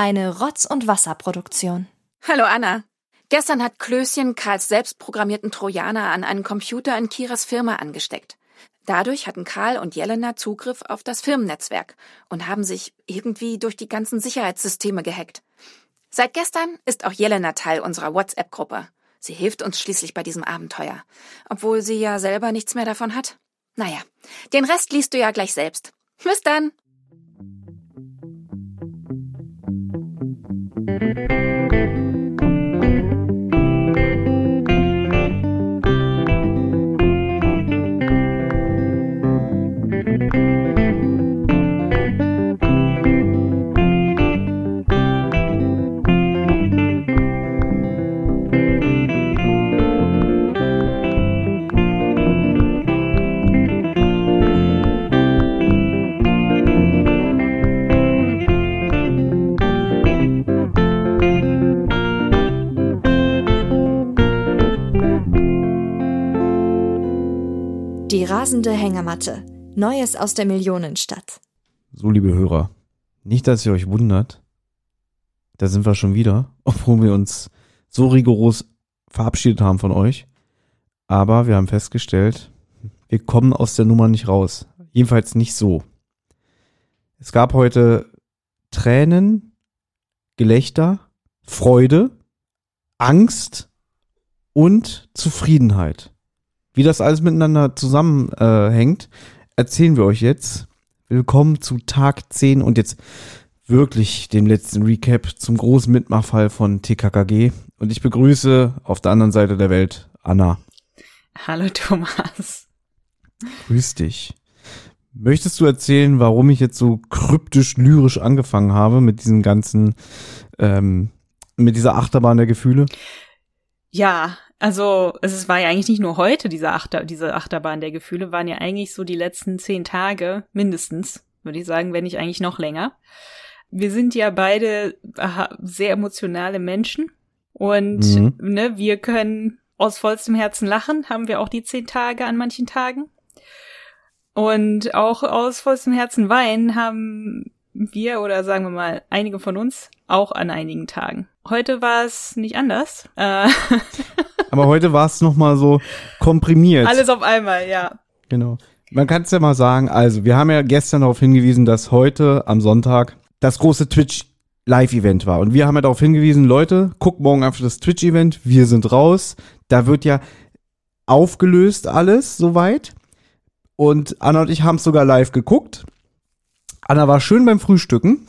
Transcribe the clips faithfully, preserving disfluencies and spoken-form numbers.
Eine Rotz- und Wasserproduktion. Hallo Anna. Gestern hat Klößchen Karls selbstprogrammierten Trojaner an einen Computer in Kiras Firma angesteckt. Dadurch hatten Karl und Jelena Zugriff auf das Firmennetzwerk und haben sich irgendwie durch die ganzen Sicherheitssysteme gehackt. Seit gestern ist auch Jelena Teil unserer WhatsApp-Gruppe. Sie hilft uns schließlich bei diesem Abenteuer, obwohl sie ja selber nichts mehr davon hat. Naja, den Rest liest du ja gleich selbst. Bis dann! Die rasende Hängematte. Neues aus der Millionenstadt. So, liebe Hörer, nicht, dass ihr euch wundert, da sind wir schon wieder, obwohl wir uns so rigoros verabschiedet haben von euch. Aber wir haben festgestellt, wir kommen aus der Nummer nicht raus. Jedenfalls nicht so. Es gab heute Tränen, Gelächter, Freude, Angst und Zufriedenheit. Wie das alles miteinander zusammenhängt, äh, erzählen wir euch jetzt. Willkommen zu Tag zehn und jetzt wirklich dem letzten Recap zum großen Mitmachfall von T K K G. Und ich begrüße auf der anderen Seite der Welt Anna. Hallo Thomas. Grüß dich. Möchtest du erzählen, warum ich jetzt so kryptisch lyrisch angefangen habe mit diesen ganzen, ähm, mit dieser Achterbahn der Gefühle? Ja, also es war ja eigentlich nicht nur heute, diese, Achter, diese Achterbahn der Gefühle, waren ja eigentlich so die letzten zehn Tage mindestens, würde ich sagen, wenn nicht eigentlich noch länger. Wir sind ja beide aha, sehr emotionale Menschen und Mhm. ne, wir können aus vollstem Herzen lachen, haben wir auch die zehn Tage an manchen Tagen. Und auch aus vollstem Herzen weinen haben wir, oder sagen wir mal einige von uns, auch an einigen Tagen. Heute war es nicht anders. Äh Aber heute war es nochmal so komprimiert. Alles auf einmal, ja. Genau. Man kann es ja mal sagen, also wir haben ja gestern darauf hingewiesen, dass heute am Sonntag das große Twitch-Live-Event war. Und wir haben ja darauf hingewiesen, Leute, guckt morgen einfach das Twitch-Event, wir sind raus. Da wird ja aufgelöst alles soweit. Und Anna und ich haben es sogar live geguckt. Anna war schön beim Frühstücken.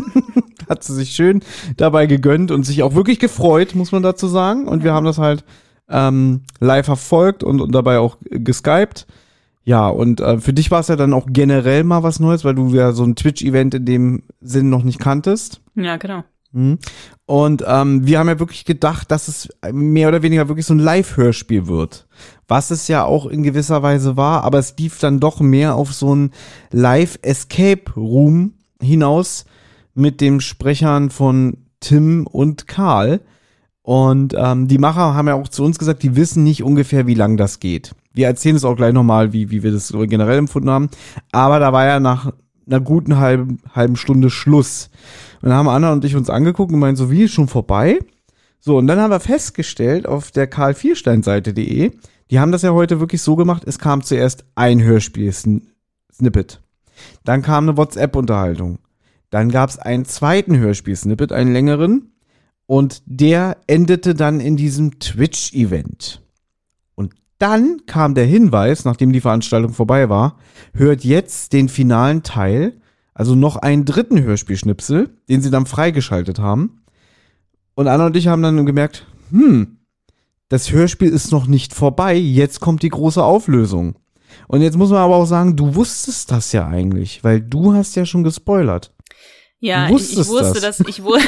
Hat sie sich schön dabei gegönnt und sich auch wirklich gefreut, muss man dazu sagen. Und wir haben das halt ähm, live verfolgt und, und dabei auch geskypt. Ja, und äh, für dich war es ja dann auch generell mal was Neues, weil du ja so ein Twitch-Event in dem Sinn noch nicht kanntest. Ja, genau. Mhm. Und ähm, wir haben ja wirklich gedacht, dass es mehr oder weniger wirklich so ein Live-Hörspiel wird. Was es ja auch in gewisser Weise war, aber es lief dann doch mehr auf so ein Live-Escape-Room hinaus mit den Sprechern von Tim und Karl. Und ähm, die Macher haben ja auch zu uns gesagt, die wissen nicht ungefähr, wie lang das geht. Wir erzählen es auch gleich nochmal, wie, wie wir das generell empfunden haben. Aber da war ja nach einer guten halben, halben Stunde Schluss. Und dann haben Anna und ich uns angeguckt und meinten so, wie, ist schon vorbei? So, und dann haben wir festgestellt auf der karl vierstein seite punkt de, die haben das ja heute wirklich so gemacht, es kam zuerst ein Hörspiel-Snippet. Dann kam eine WhatsApp-Unterhaltung. Dann gab es einen zweiten Hörspiel-Snippet, einen längeren. Und der endete dann in diesem Twitch-Event. Und dann kam der Hinweis, nachdem die Veranstaltung vorbei war, hört jetzt den finalen Teil, also noch einen dritten Hörspielschnipsel, den sie dann freigeschaltet haben. Und Anna und ich haben dann gemerkt, hm, das Hörspiel ist noch nicht vorbei, jetzt kommt die große Auflösung. Und jetzt muss man aber auch sagen, du wusstest das ja eigentlich, weil du hast ja schon gespoilert. Ja, ich, ich wusste, das? dass ich, wu-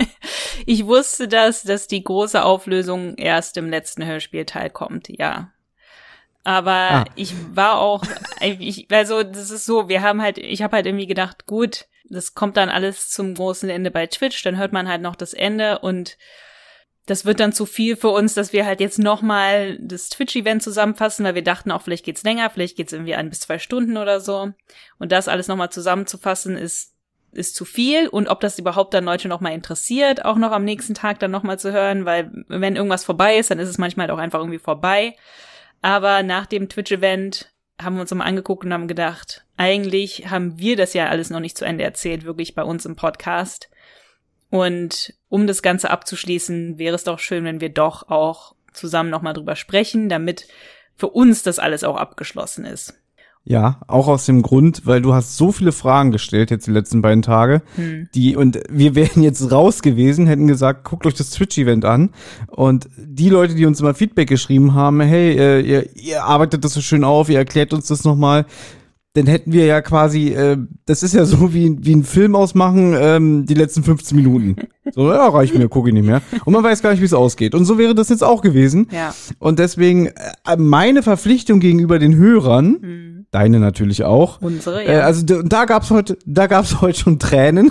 ich wusste, dass, dass die große Auflösung erst im letzten Hörspielteil kommt, ja. Aber ah. ich war auch, ich, also das ist so, wir haben halt, ich habe halt irgendwie gedacht, gut, das kommt dann alles zum großen Ende bei Twitch, dann hört man halt noch das Ende und das wird dann zu viel für uns, dass wir halt jetzt nochmal das Twitch-Event zusammenfassen, weil wir dachten auch, vielleicht geht's länger, vielleicht geht's irgendwie ein bis zwei Stunden oder so. Und das alles nochmal zusammenzufassen ist ist zu viel und ob das überhaupt dann Leute noch mal interessiert, auch noch am nächsten Tag dann noch mal zu hören, weil wenn irgendwas vorbei ist, dann ist es manchmal halt auch einfach irgendwie vorbei. Aber nach dem Twitch-Event haben wir uns mal angeguckt und haben gedacht, eigentlich haben wir das ja alles noch nicht zu Ende erzählt, wirklich bei uns im Podcast. Und um das Ganze abzuschließen, wäre es doch schön, wenn wir doch auch zusammen noch mal drüber sprechen, damit für uns das alles auch abgeschlossen ist. Ja, auch aus dem Grund, weil du hast so viele Fragen gestellt jetzt die letzten beiden Tage, hm. die, und wir wären jetzt raus gewesen, hätten gesagt, guckt euch das Twitch-Event an, und die Leute, die uns immer Feedback geschrieben haben, hey, äh, ihr, ihr arbeitet das so schön auf, ihr erklärt uns das nochmal, dann hätten wir ja quasi, äh, das ist ja so wie, wie ein Film ausmachen, ähm, die letzten fünfzehn Minuten. So, ja, reicht mir, gucke ich nicht mehr. Und man weiß gar nicht, wie es ausgeht. Und so wäre das jetzt auch gewesen. Ja. Und deswegen äh, meine Verpflichtung gegenüber den Hörern, hm. deine natürlich auch. Unsere, ja. Äh, also d- da gab's heute, da gab's heute schon Tränen.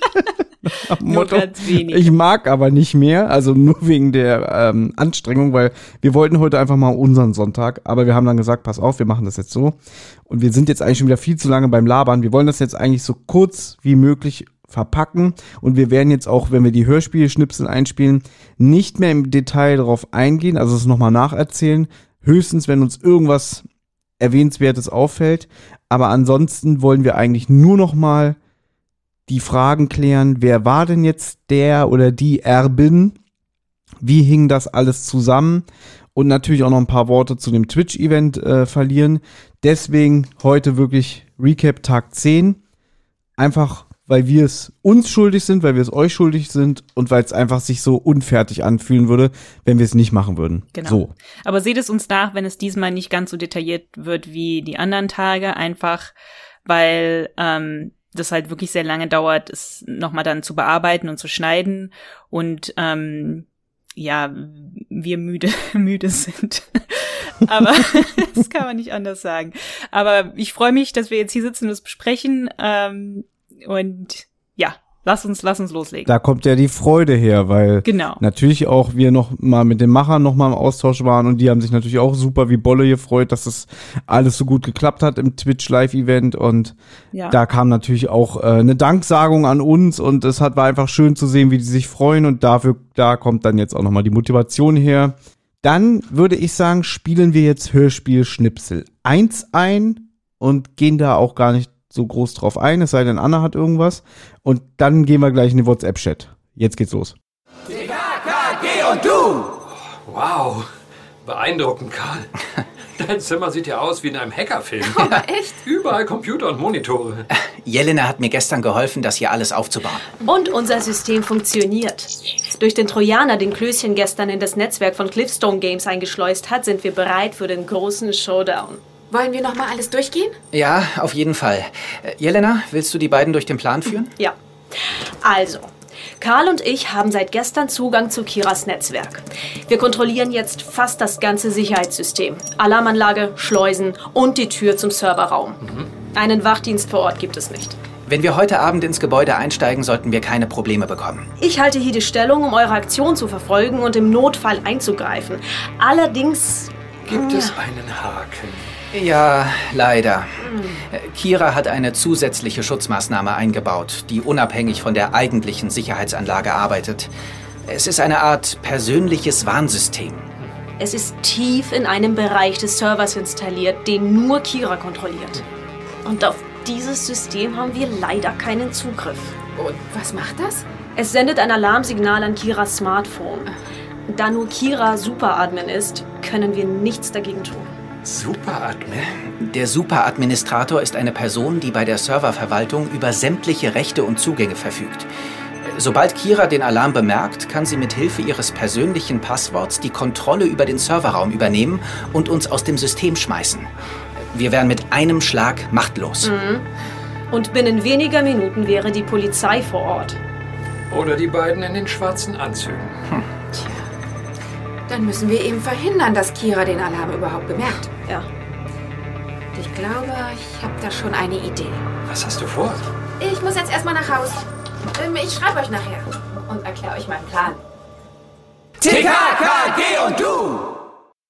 Nur ganz wenig. Ich mag aber nicht mehr, also nur wegen der ähm, Anstrengung, weil wir wollten heute einfach mal unseren Sonntag, aber wir haben dann gesagt, pass auf, wir machen das jetzt so, und wir sind jetzt eigentlich schon wieder viel zu lange beim Labern, wir wollen das jetzt eigentlich so kurz wie möglich verpacken, und wir werden jetzt auch, wenn wir die Hörspielschnipsel einspielen, nicht mehr im Detail darauf eingehen, also es nochmal nacherzählen, höchstens, wenn uns irgendwas Erwähnenswertes auffällt, aber ansonsten wollen wir eigentlich nur noch mal die Fragen klären, wer war denn jetzt der oder die Erbin, wie hing das alles zusammen, und natürlich auch noch ein paar Worte zu dem Twitch-Event äh, verlieren. Deswegen heute wirklich Recap Tag zehn, einfach weil wir es uns schuldig sind, weil wir es euch schuldig sind und weil es einfach sich so unfertig anfühlen würde, wenn wir es nicht machen würden. Genau. So. Aber seht es uns nach, wenn es diesmal nicht ganz so detailliert wird wie die anderen Tage, einfach weil ähm, das halt wirklich sehr lange dauert, es nochmal dann zu bearbeiten und zu schneiden, und ähm, ja, wir müde müde sind. Aber das kann man nicht anders sagen. Aber ich freue mich, dass wir jetzt hier sitzen und das besprechen, ähm, und ja, lass uns lass uns loslegen. Da kommt ja die Freude her, weil genau. natürlich auch wir noch mal mit den Machern noch mal im Austausch waren, und die haben sich natürlich auch super wie Bolle gefreut, dass das alles so gut geklappt hat im Twitch-Live-Event, und ja. da kam natürlich auch äh, eine Danksagung an uns, und es hat war einfach schön zu sehen, wie die sich freuen, und dafür da kommt dann jetzt auch noch mal die Motivation her. Dann würde ich sagen, spielen wir jetzt Hörspiel-Schnipsel eins ein und gehen da auch gar nicht so groß drauf ein, es sei denn, Anna hat irgendwas. Und dann gehen wir gleich in den WhatsApp-Chat. Jetzt geht's los. T K K G und du! Wow, beeindruckend, Karl. Dein Zimmer sieht ja aus wie in einem Hackerfilm. Aber echt? Überall Computer und Monitore. Jelena hat mir gestern geholfen, das hier alles aufzubauen. Und unser System funktioniert. Durch den Trojaner, den Klößchen gestern in das Netzwerk von Cliffstone Games eingeschleust hat, sind wir bereit für den großen Showdown. Wollen wir noch mal alles durchgehen? Ja, auf jeden Fall. Äh, Jelena, willst du die beiden durch den Plan führen? Ja. Also, Karl und ich haben seit gestern Zugang zu Kiras Netzwerk. Wir kontrollieren jetzt fast das ganze Sicherheitssystem. Alarmanlage, Schleusen und die Tür zum Serverraum. Mhm. Einen Wachdienst vor Ort gibt es nicht. Wenn wir heute Abend ins Gebäude einsteigen, sollten wir keine Probleme bekommen. Ich halte hier die Stellung, um eure Aktion zu verfolgen und im Notfall einzugreifen. Allerdings... Gibt es einen Haken? Ja, leider. Kira hat eine zusätzliche Schutzmaßnahme eingebaut, die unabhängig von der eigentlichen Sicherheitsanlage arbeitet. Es ist eine Art persönliches Warnsystem. Es ist tief in einem Bereich des Servers installiert, den nur Kira kontrolliert. Und auf dieses System haben wir leider keinen Zugriff. Und was macht das? Es sendet ein Alarmsignal an Kiras Smartphone. Da nur Kira Superadmin ist, können wir nichts dagegen tun. Superadmin? Der Superadministrator ist eine Person, die bei der Serververwaltung über sämtliche Rechte und Zugänge verfügt. Sobald Kira den Alarm bemerkt, kann sie mit Hilfe ihres persönlichen Passworts die Kontrolle über den Serverraum übernehmen und uns aus dem System schmeißen. Wir wären mit einem Schlag machtlos. Mhm. Und binnen weniger Minuten wäre die Polizei vor Ort. Oder die beiden in den schwarzen Anzügen. Hm. Tja, dann müssen wir eben verhindern, dass Kira den Alarm überhaupt bemerkt. Ja. Ich glaube, ich habe da schon eine Idee. Was hast du vor? Ich muss jetzt erstmal nach Haus. Ich schreibe euch nachher und erkläre euch meinen Plan. T K K G und du!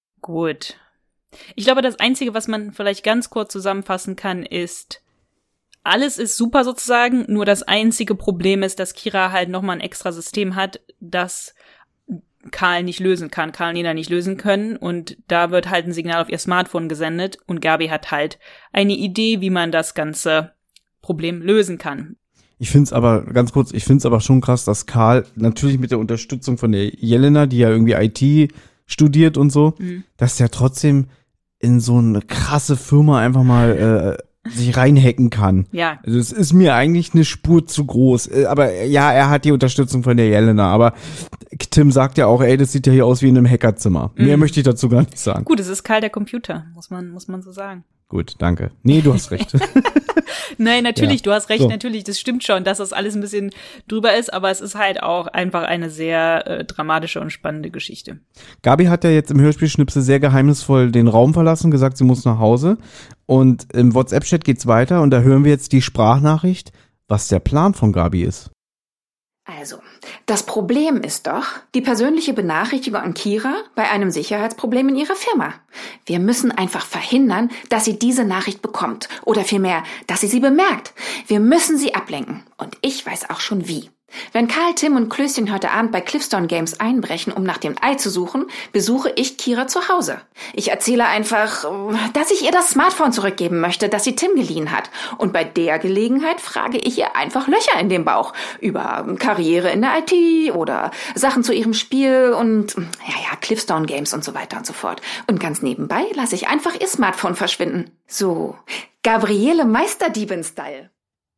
Gut. Ich glaube, das Einzige, was man vielleicht ganz kurz zusammenfassen kann, ist, alles ist super sozusagen, nur das einzige Problem ist, dass Kira halt nochmal ein extra System hat, das Carl nicht lösen kann, Carl und Yelena nicht lösen können und da wird halt ein Signal auf ihr Smartphone gesendet und Gabi hat halt eine Idee, wie man das ganze Problem lösen kann. Ich find's aber, ganz kurz, ich find's aber schon krass, dass Carl natürlich mit der Unterstützung von der Yelena, die ja irgendwie I T studiert und so, mhm. dass der trotzdem in so eine krasse Firma einfach mal äh, sich reinhacken kann. Ja. Also es ist mir eigentlich eine Spur zu groß. Aber ja, er hat die Unterstützung von der Yelena. Aber Tim sagt ja auch, ey, das sieht ja hier aus wie in einem Hackerzimmer. Mhm. Mehr möchte ich dazu gar nicht sagen. Gut, es ist Karl der Computer, muss man, muss man so sagen. Gut, danke. Nee, du hast recht. Nein, natürlich, ja. Du hast recht, so. Natürlich, das stimmt schon, dass das alles ein bisschen drüber ist, aber es ist halt auch einfach eine sehr äh, dramatische und spannende Geschichte. Gabi hat ja jetzt im Hörspielschnipsel sehr geheimnisvoll den Raum verlassen, gesagt, sie muss nach Hause. Und im WhatsApp-Chat geht's weiter und da hören wir jetzt die Sprachnachricht, was der Plan von Gabi ist. Also, das Problem ist doch die persönliche Benachrichtigung an Kira bei einem Sicherheitsproblem in ihrer Firma. Wir müssen einfach verhindern, dass sie diese Nachricht bekommt. Oder vielmehr, dass sie sie bemerkt. Wir müssen sie ablenken. Und ich weiß auch schon wie. Wenn Karl, Tim und Klößchen heute Abend bei Cliffstone Games einbrechen, um nach dem Ei zu suchen, besuche ich Kira zu Hause. Ich erzähle einfach, dass ich ihr das Smartphone zurückgeben möchte, das sie Tim geliehen hat. Und bei der Gelegenheit frage ich ihr einfach Löcher in den Bauch. Über Karriere in der I T oder Sachen zu ihrem Spiel und, ja, ja, Cliffstone Games und so weiter und so fort. Und ganz nebenbei lasse ich einfach ihr Smartphone verschwinden. So, Gabriele Meisterdieben-Style.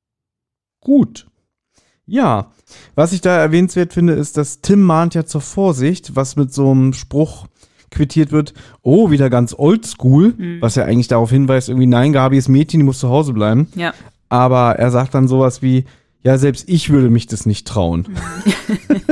Gut. Ja, was ich da erwähnenswert finde, ist, dass Tim mahnt ja zur Vorsicht, was mit so einem Spruch quittiert wird, oh, wieder ganz oldschool, mhm. was ja eigentlich darauf hinweist, irgendwie, nein, Gabi ist Mädchen, die muss zu Hause bleiben. Ja. Aber er sagt dann sowas wie, ja, selbst ich würde mich das nicht trauen. Mhm.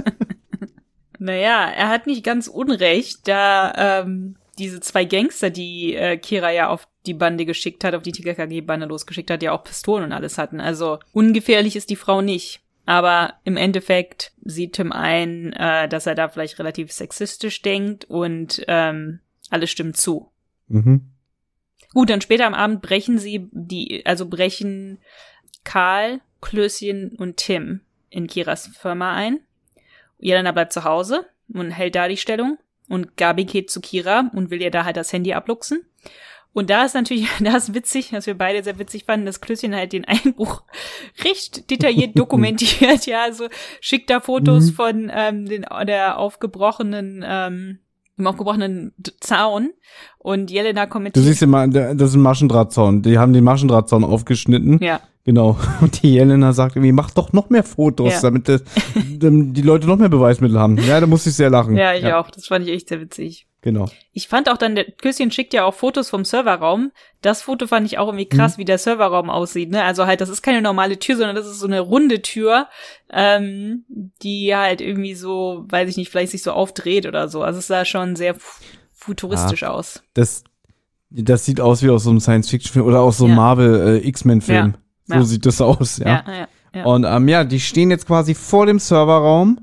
Naja, er hat nicht ganz unrecht, da ähm, diese zwei Gangster, die äh, Kira ja auf die Bande geschickt hat, auf die T K K G-Bande losgeschickt hat, ja auch Pistolen und alles hatten. Also ungefährlich ist die Frau nicht. Aber im Endeffekt sieht Tim ein, äh, dass er da vielleicht relativ sexistisch denkt und ähm, alles stimmt zu. Mhm. Gut, dann später am Abend brechen sie die, also brechen Karl, Klößchen und Tim in Kiras Firma ein. Yelena bleibt zu Hause und hält da die Stellung. Und Gabi geht zu Kira und will ihr da halt das Handy abluchsen. Und da ist natürlich, da ist witzig, was wir beide sehr witzig fanden, dass Klößchen halt den Einbruch recht detailliert dokumentiert, ja, also schickt da Fotos mhm. von ähm, den, der aufgebrochenen, ähm, dem aufgebrochenen Zaun und Yelena kommentiert. Du siehst immer, das ist ein Maschendrahtzaun, die haben den Maschendrahtzaun aufgeschnitten. Ja. Genau. Und die Yelena sagt irgendwie, mach doch noch mehr Fotos, ja. damit das, die Leute noch mehr Beweismittel haben. Ja, da musste ich sehr lachen. Ja, ich ja. auch. Das fand ich echt sehr witzig. Genau. Ich fand auch dann, der Klößchen schickt ja auch Fotos vom Serverraum. Das Foto fand ich auch irgendwie krass, mhm. wie der Serverraum aussieht, ne? Also halt, das ist keine normale Tür, sondern das ist so eine runde Tür, ähm, die halt irgendwie so, weiß ich nicht, vielleicht sich so aufdreht oder so. Also es sah schon sehr f- futuristisch ja. aus. Das, das sieht aus wie aus so einem Science-Fiction-Film oder aus so einem ja. Marvel-X-Men-Film. Ja. So ja. sieht das aus, ja. ja, ja, ja. Und ähm, ja, die stehen jetzt quasi vor dem Serverraum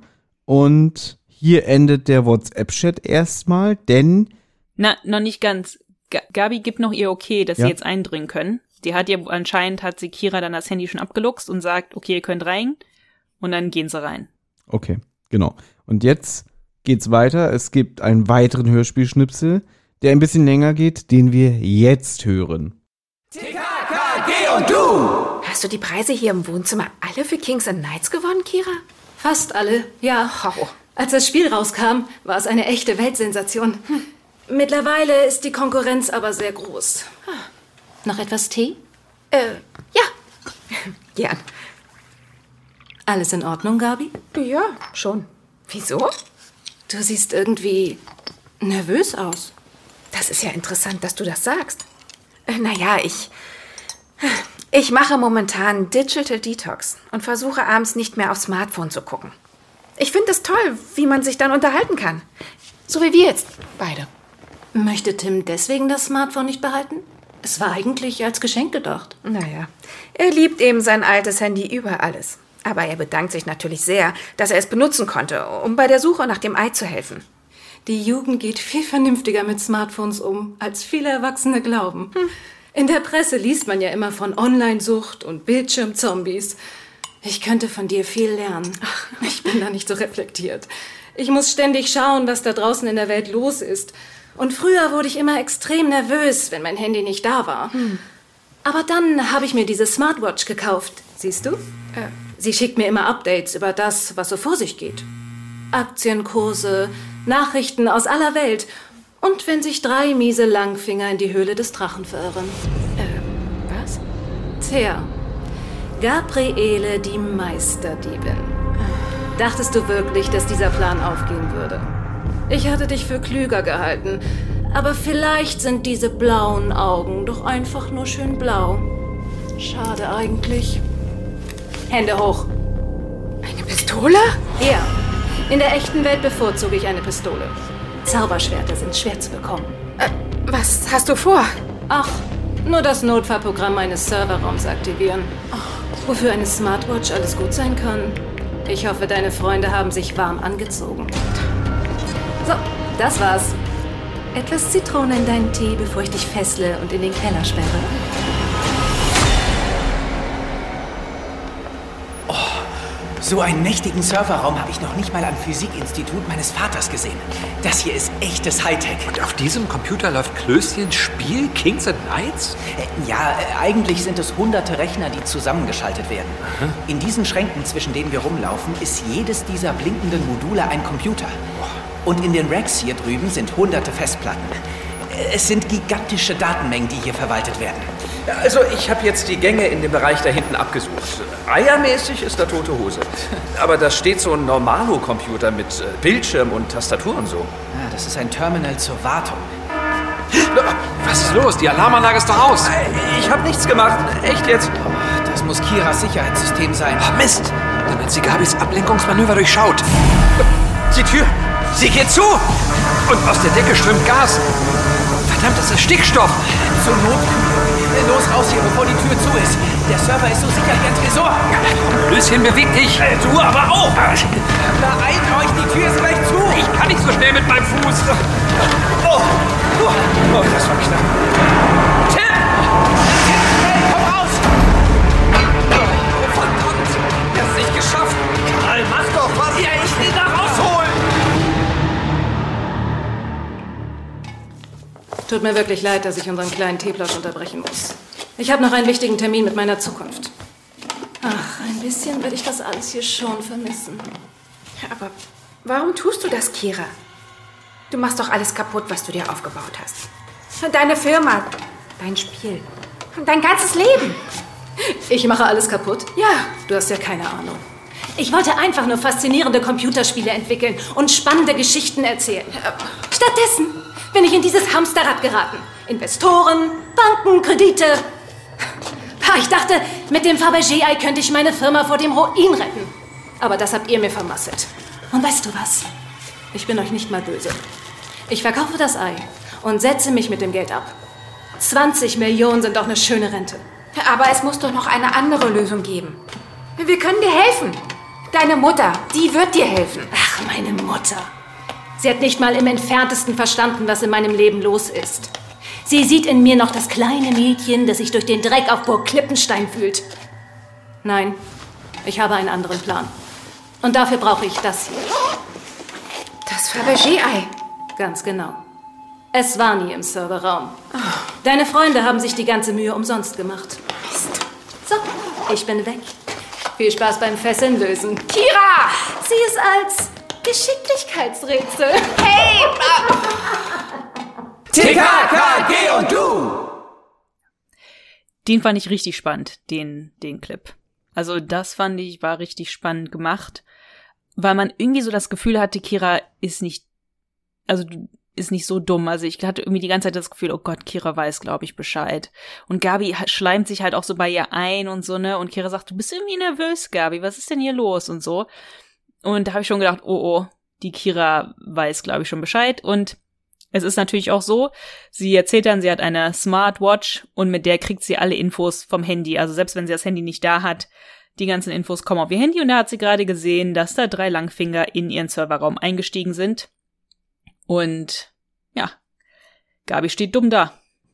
und hier endet der WhatsApp-Chat erstmal, denn Na, noch nicht ganz. G- Gabi gibt noch ihr Okay, dass ja. sie jetzt eindringen können. Die hat ihr anscheinend, hat sie Kira dann das Handy schon abgeluchst und sagt, okay, ihr könnt rein. Und dann gehen sie rein. Okay, genau. Und jetzt geht's weiter. Es gibt einen weiteren Hörspielschnipsel, der ein bisschen länger geht, den wir jetzt hören. T K K G und du! Hast du die Preise hier im Wohnzimmer alle für Kings and Knights gewonnen, Kira? Fast alle, ja. Oh. Als das Spiel rauskam, war es eine echte Weltsensation. Hm. Mittlerweile ist die Konkurrenz aber sehr groß. Noch etwas Tee? Äh, ja. Gern. Alles in Ordnung, Gabi? Ja, schon. Wieso? Du siehst irgendwie nervös aus. Das ist ja interessant, dass du das sagst. Äh, naja, ich... Ich mache momentan Digital Detox und versuche abends nicht mehr aufs Smartphone zu gucken. Ich finde es toll, wie man sich dann unterhalten kann. So wie wir jetzt beide. Möchte Tim deswegen das Smartphone nicht behalten? Es war eigentlich als Geschenk gedacht. Naja, er liebt eben sein altes Handy über alles. Aber er bedankt sich natürlich sehr, dass er es benutzen konnte, um bei der Suche nach dem Ei zu helfen. Die Jugend geht viel vernünftiger mit Smartphones um, als viele Erwachsene glauben. Hm. In der Presse liest man ja immer von Online-Sucht und Bildschirmzombies. Ich könnte von dir viel lernen. Ach, ich bin da nicht so reflektiert. Ich muss ständig schauen, was da draußen in der Welt los ist. Und früher wurde ich immer extrem nervös, wenn mein Handy nicht da war. Hm. Aber dann habe ich mir diese Smartwatch gekauft. Siehst du? Äh. Sie schickt mir immer Updates über das, was so vor sich geht. Aktienkurse, Nachrichten aus aller Welt. Und wenn sich drei miese Langfinger in die Höhle des Drachen verirren. Äh, was? Tja, Gabriele, die Meisterdiebin. Dachtest du wirklich, dass dieser Plan aufgehen würde? Ich hatte dich für klüger gehalten. Aber vielleicht sind diese blauen Augen doch einfach nur schön blau. Schade eigentlich. Hände hoch. Eine Pistole? Ja. In der echten Welt bevorzuge ich eine Pistole. Zauberschwerter sind schwer zu bekommen. Äh, was hast du vor? Ach, nur das Notfallprogramm meines Serverraums aktivieren. Oh, wofür eine Smartwatch alles gut sein kann. Ich hoffe, deine Freunde haben sich warm angezogen. So, das war's. Etwas Zitrone in deinen Tee, bevor ich dich fessle und in den Keller sperre. So einen mächtigen Serverraum habe ich noch nicht mal am Physikinstitut meines Vaters gesehen. Das hier ist echtes Hightech. Und auf diesem Computer läuft Klößchens Spiel Kings and Knights? Äh, ja, äh, eigentlich sind es hunderte Rechner, die zusammengeschaltet werden. Aha. In diesen Schränken, zwischen denen wir rumlaufen, ist jedes dieser blinkenden Module ein Computer. Und in den Racks hier drüben sind hunderte Festplatten. Es sind gigantische Datenmengen, die hier verwaltet werden. Also ich habe jetzt die Gänge in dem Bereich da hinten abgesucht. Eiermäßig ist da tote Hose. Aber da steht so ein Normalo-Computer mit Bildschirm und Tastatur und so. Ja, das ist ein Terminal zur Wartung. Was ist los? Die Alarmanlage ist doch aus. Ich habe nichts gemacht. Echt jetzt? Das muss Kiras Sicherheitssystem sein. Oh, Mist! Dann hat sie Gabis Ablenkungsmanöver durchschaut. Die Tür, sie geht zu! Und aus der Decke strömt Gas. Verdammt, das ist Stickstoff. Zur Not. Los, raus hier, bevor die Tür zu ist. Der Server ist so sicher wie ein Tresor. Klößchen, beweg dich. Äh, du aber auch. Beeilt euch, die Tür ist gleich zu. Ich kann nicht so schnell mit meinem Fuß. Oh, oh, oh das war knapp. Tim! Tim, schnell, komm raus! Oh, verdammt. Er hat es nicht geschafft. Karl, mach doch was. Ja, ich will da rausholen. Tut mir wirklich leid, dass ich unseren kleinen Teeplausch unterbrechen muss. Ich habe noch einen wichtigen Termin mit meiner Zukunft. Ach, ein bisschen werde ich das alles hier schon vermissen. Aber warum tust du das, Kira? Du machst doch alles kaputt, was du dir aufgebaut hast. Deine Firma, dein Spiel, dein ganzes Leben. Ich mache alles kaputt? Ja. Du hast ja keine Ahnung. Ich wollte einfach nur faszinierende Computerspiele entwickeln und spannende Geschichten erzählen. Stattdessen bin ich in dieses Hamsterrad geraten. Investoren, Banken, Kredite. Ich dachte, mit dem Fabergé-Ei könnte ich meine Firma vor dem Ruin retten. Aber das habt ihr mir vermasselt. Und weißt du was? Ich bin euch nicht mal böse. Ich verkaufe das Ei und setze mich mit dem Geld ab. zwanzig Millionen sind doch eine schöne Rente. Aber es muss doch noch eine andere Lösung geben. Wir können dir helfen. Deine Mutter, die wird dir helfen. Ach, meine Mutter. Sie hat nicht mal im Entferntesten verstanden, was in meinem Leben los ist. Sie sieht in mir noch das kleine Mädchen, das sich durch den Dreck auf Burg Klippenstein fühlt. Nein, ich habe einen anderen Plan. Und dafür brauche ich das hier. Das Fabergé-Ei. Ganz genau. Es war nie im Serverraum. Oh. Deine Freunde haben sich die ganze Mühe umsonst gemacht. Mist. So, ich bin weg. Viel Spaß beim Fesseln lösen. Kira! Sieh es als Geschicklichkeitsrätsel. Hey! T K K G und du! Den fand ich richtig spannend, den, den Clip. Also das fand ich, war richtig spannend gemacht, weil man irgendwie so das Gefühl hatte, Kira ist nicht, also ist nicht so dumm. Also ich hatte irgendwie die ganze Zeit das Gefühl, oh Gott, Kira weiß, glaube ich, Bescheid. Und Gabi schleimt sich halt auch so bei ihr ein und so, ne? Und Kira sagt, du bist irgendwie nervös, Gabi, was ist denn hier los und so. Und da habe ich schon gedacht, oh oh, die Kira weiß, glaube ich, schon Bescheid. Und es ist natürlich auch so, sie erzählt dann, sie hat eine Smartwatch und mit der kriegt sie alle Infos vom Handy. Also selbst wenn sie das Handy nicht da hat, die ganzen Infos kommen auf ihr Handy. Und da hat sie gerade gesehen, dass da drei Langfinger in ihren Serverraum eingestiegen sind. Und ja, Gabi steht dumm da.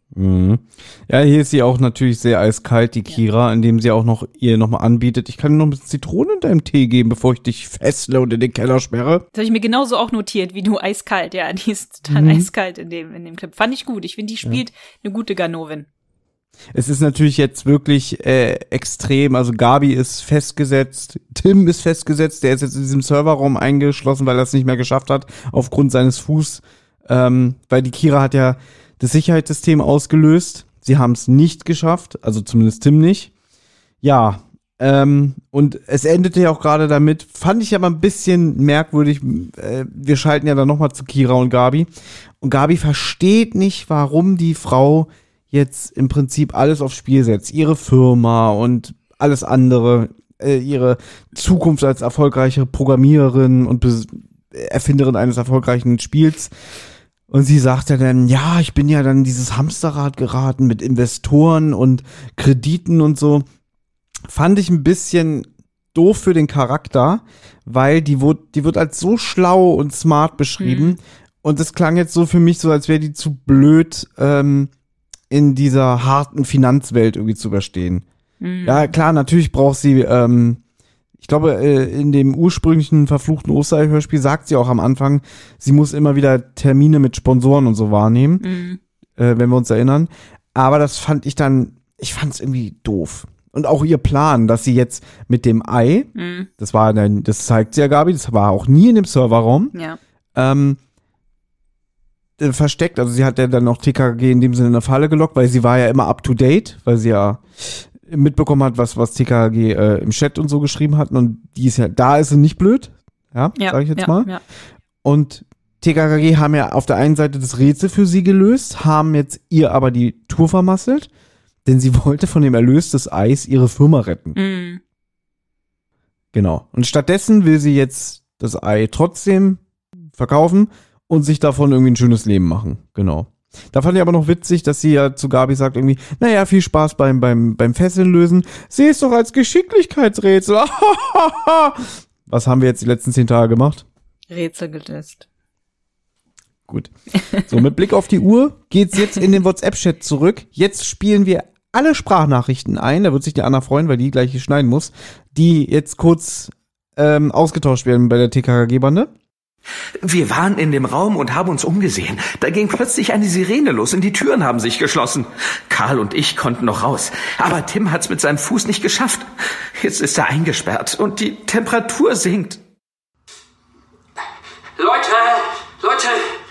Mhm. Ja, hier ist sie auch natürlich sehr eiskalt, die Kira, ja. indem sie auch noch ihr nochmal anbietet, ich kann dir noch ein bisschen Zitrone in deinem Tee geben, bevor ich dich fessle und in den Keller sperre. Das habe ich mir genauso auch notiert, wie du eiskalt. Ja, die ist total mhm. eiskalt in dem, in dem Clip. Fand ich gut. Ich finde, die spielt ja. eine gute Ganovin. Es ist natürlich jetzt wirklich äh, extrem, also Gabi ist festgesetzt, Tim ist festgesetzt, der ist jetzt in diesem Serverraum eingeschlossen, weil er es nicht mehr geschafft hat, aufgrund seines Fuß, ähm, weil die Kira hat ja das Sicherheitssystem ausgelöst. Sie haben es nicht geschafft, also zumindest Tim nicht. Ja, ähm, und es endete ja auch gerade damit, fand ich aber ein bisschen merkwürdig, äh, wir schalten ja dann nochmal zu Kira und Gabi. Und Gabi versteht nicht, warum die Frau jetzt im Prinzip alles aufs Spiel setzt. Ihre Firma und alles andere, äh, ihre Zukunft als erfolgreiche Programmiererin und Bes- Erfinderin eines erfolgreichen Spiels. Und sie sagt ja dann, ja, ich bin ja dann in dieses Hamsterrad geraten mit Investoren und Krediten und so. Fand ich ein bisschen doof für den Charakter, weil die wird, die wird als so schlau und smart beschrieben. Mhm. Und das klang jetzt so für mich so, als wäre die zu blöd, ähm, in dieser harten Finanzwelt irgendwie zu überstehen. Mhm. Ja, klar, natürlich braucht sie, ähm, ich glaube, in dem ursprünglichen verfluchten Osterei-Hörspiel sagt sie auch am Anfang, sie muss immer wieder Termine mit Sponsoren und so wahrnehmen, mhm. äh, wenn wir uns erinnern. Aber das fand ich dann, ich fand es irgendwie doof. Und auch ihr Plan, dass sie jetzt mit dem Ei, mhm. das war dann, das zeigt sie ja, Gabi, das war auch nie in dem Serverraum, ja. ähm, äh, versteckt. Also sie hat ja dann auch T K K G in dem Sinne in eine Falle gelockt, weil sie war ja immer up to date, weil sie ja mitbekommen hat, was, was T K K G äh, im Chat und so geschrieben hatten, und die ist ja, da ist sie nicht blöd, ja, ja sag ich jetzt ja, mal. Ja. Und T K K G haben ja auf der einen Seite das Rätsel für sie gelöst, haben jetzt ihr aber die Tour vermasselt, denn sie wollte von dem Erlös des Eis ihre Firma retten. Mhm. Genau. Und stattdessen will sie jetzt das Ei trotzdem verkaufen und sich davon irgendwie ein schönes Leben machen. Genau. Da fand ich aber noch witzig, dass sie ja zu Gabi sagt irgendwie, naja, viel Spaß beim, beim, beim Fesseln lösen. Sieh es doch als Geschicklichkeitsrätsel. Was haben wir jetzt die letzten zehn Tage gemacht? Rätsel gelöst. Gut. So, mit Blick auf die Uhr geht's jetzt in den WhatsApp-Chat zurück. Jetzt spielen wir alle Sprachnachrichten ein. Da wird sich die Anna freuen, weil die gleich hier schneiden muss. Die jetzt kurz ähm, ausgetauscht werden bei der T K K G-Bande. Wir waren in dem Raum und haben uns umgesehen. Da ging plötzlich eine Sirene los und die Türen haben sich geschlossen. Karl und ich konnten noch raus. Aber Tim hat's mit seinem Fuß nicht geschafft. Jetzt ist er eingesperrt und die Temperatur sinkt. Leute, Leute,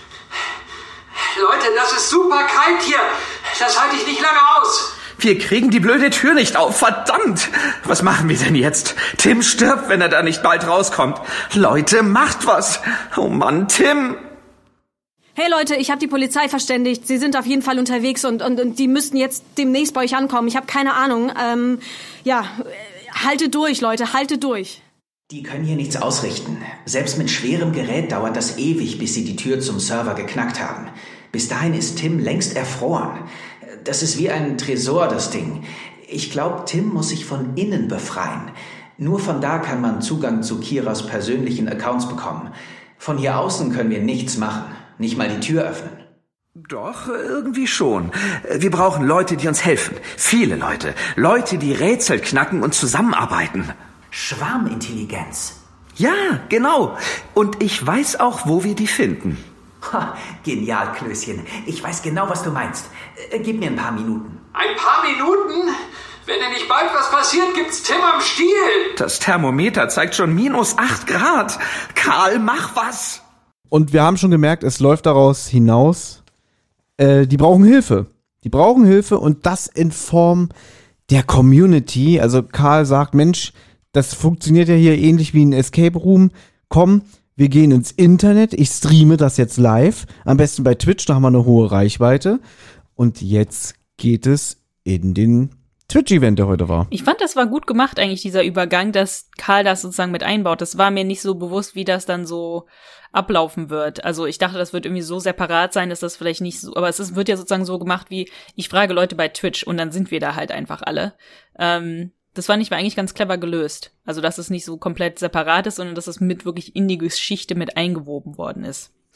Leute, das ist super kalt hier. Das halte ich nicht lange aus. Wir kriegen die blöde Tür nicht auf, verdammt! Was machen wir denn jetzt? Tim stirbt, wenn er da nicht bald rauskommt. Leute, macht was! Oh Mann, Tim! Hey Leute, ich habe die Polizei verständigt. Sie sind auf jeden Fall unterwegs und, und, und die müssten jetzt demnächst bei euch ankommen. Ich habe keine Ahnung. Ähm, ja, haltet durch, Leute, haltet durch. Die können hier nichts ausrichten. Selbst mit schwerem Gerät dauert das ewig, bis sie die Tür zum Server geknackt haben. Bis dahin ist Tim längst erfroren. Das ist wie ein Tresor, das Ding. Ich glaube, Tim muss sich von innen befreien. Nur von da kann man Zugang zu Kiras persönlichen Accounts bekommen. Von hier außen können wir nichts machen. Nicht mal die Tür öffnen. Doch, irgendwie schon. Wir brauchen Leute, die uns helfen. Viele Leute. Leute, die Rätsel knacken und zusammenarbeiten. Schwarmintelligenz. Ja, genau. Und ich weiß auch, wo wir die finden. Ha, genial, Klößchen. Ich weiß genau, was du meinst. Äh, gib mir ein paar Minuten. Ein paar Minuten? Wenn denn nicht bald was passiert, gibt's Tim am Stiel. Das Thermometer zeigt schon minus acht Grad. Karl, mach was. Und wir haben schon gemerkt, es läuft daraus hinaus, äh, die brauchen Hilfe. Die brauchen Hilfe und das in Form der Community. Also Karl sagt, Mensch, das funktioniert ja hier ähnlich wie ein Escape Room. Komm, wir gehen ins Internet, ich streame das jetzt live, am besten bei Twitch, da haben wir eine hohe Reichweite. Und jetzt geht es in den Twitch-Event, der heute war. Ich fand, das war gut gemacht eigentlich, dieser Übergang, dass Karl das sozusagen mit einbaut. Das war mir nicht so bewusst, wie das dann so ablaufen wird. Also ich dachte, das wird irgendwie so separat sein, dass das vielleicht nicht so, aber es ist, wird ja sozusagen so gemacht wie, ich frage Leute bei Twitch und dann sind wir da halt einfach alle. Ähm, Das fand ich war eigentlich ganz clever gelöst. Also, dass es nicht so komplett separat ist, sondern dass es mit wirklich in die Geschichte mit eingewoben worden ist.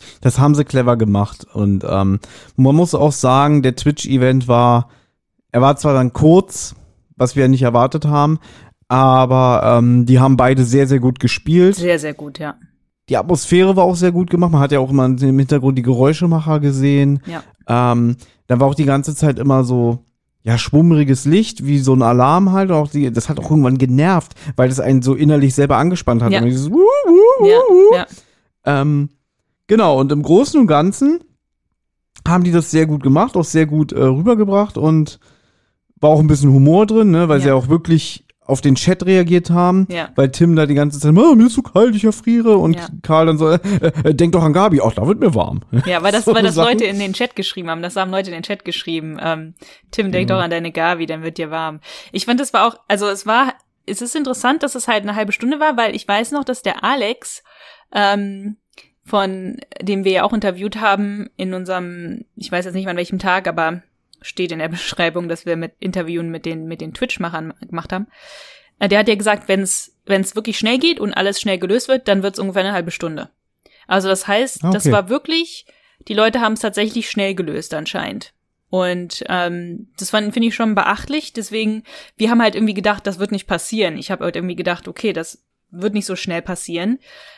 Das haben sie clever gemacht. Und ähm, man muss auch sagen, der Twitch-Event war, er war zwar dann kurz, was wir nicht erwartet haben, aber ähm, die haben beide sehr, sehr gut gespielt. Sehr, sehr gut, ja. Die Atmosphäre war auch sehr gut gemacht. Man hat ja auch immer im Hintergrund die Geräuschemacher gesehen. Ja. Ähm, dann war auch die ganze Zeit immer so, ja, schwummriges Licht, wie so ein Alarm halt. Auch die, das hat auch irgendwann genervt, weil das einen so innerlich selber angespannt hat. Ja. Und dieses Wuh, wuh, ja, wuh. ja. Ähm, genau, und im Großen und Ganzen haben die das sehr gut gemacht, auch sehr gut äh, rübergebracht und war auch ein bisschen Humor drin, ne, weil ja. sie auch wirklich auf den Chat reagiert haben, ja. weil Tim da die ganze Zeit, oh, mir ist so kalt, ich erfriere und ja. Karl dann so, äh, äh, denk doch an Gabi, auch da wird mir warm. Ja, weil das, so weil das Sachen. Leute in den Chat geschrieben haben, das haben Leute in den Chat geschrieben, ähm, Tim, denk genau. doch an deine Gabi, dann wird dir warm. Ich fand, das war auch, also es war, es ist interessant, dass es halt eine halbe Stunde war, weil ich weiß noch, dass der Alex, ähm, von dem wir ja auch interviewt haben in unserem, ich weiß jetzt nicht an welchem Tag, aber steht in der Beschreibung, dass wir mit Interviewen mit den, mit den Twitch-Machern gemacht haben. Der hat ja gesagt, wenn es wenn es wirklich schnell geht und alles schnell gelöst wird, dann wird es ungefähr eine halbe Stunde. Also das heißt, okay. das war wirklich, die Leute haben es tatsächlich schnell gelöst anscheinend. Und ähm, das finde ich schon beachtlich. Deswegen, wir haben halt irgendwie gedacht, das wird nicht passieren. Ich habe halt irgendwie gedacht, okay, das wird nicht so schnell passieren.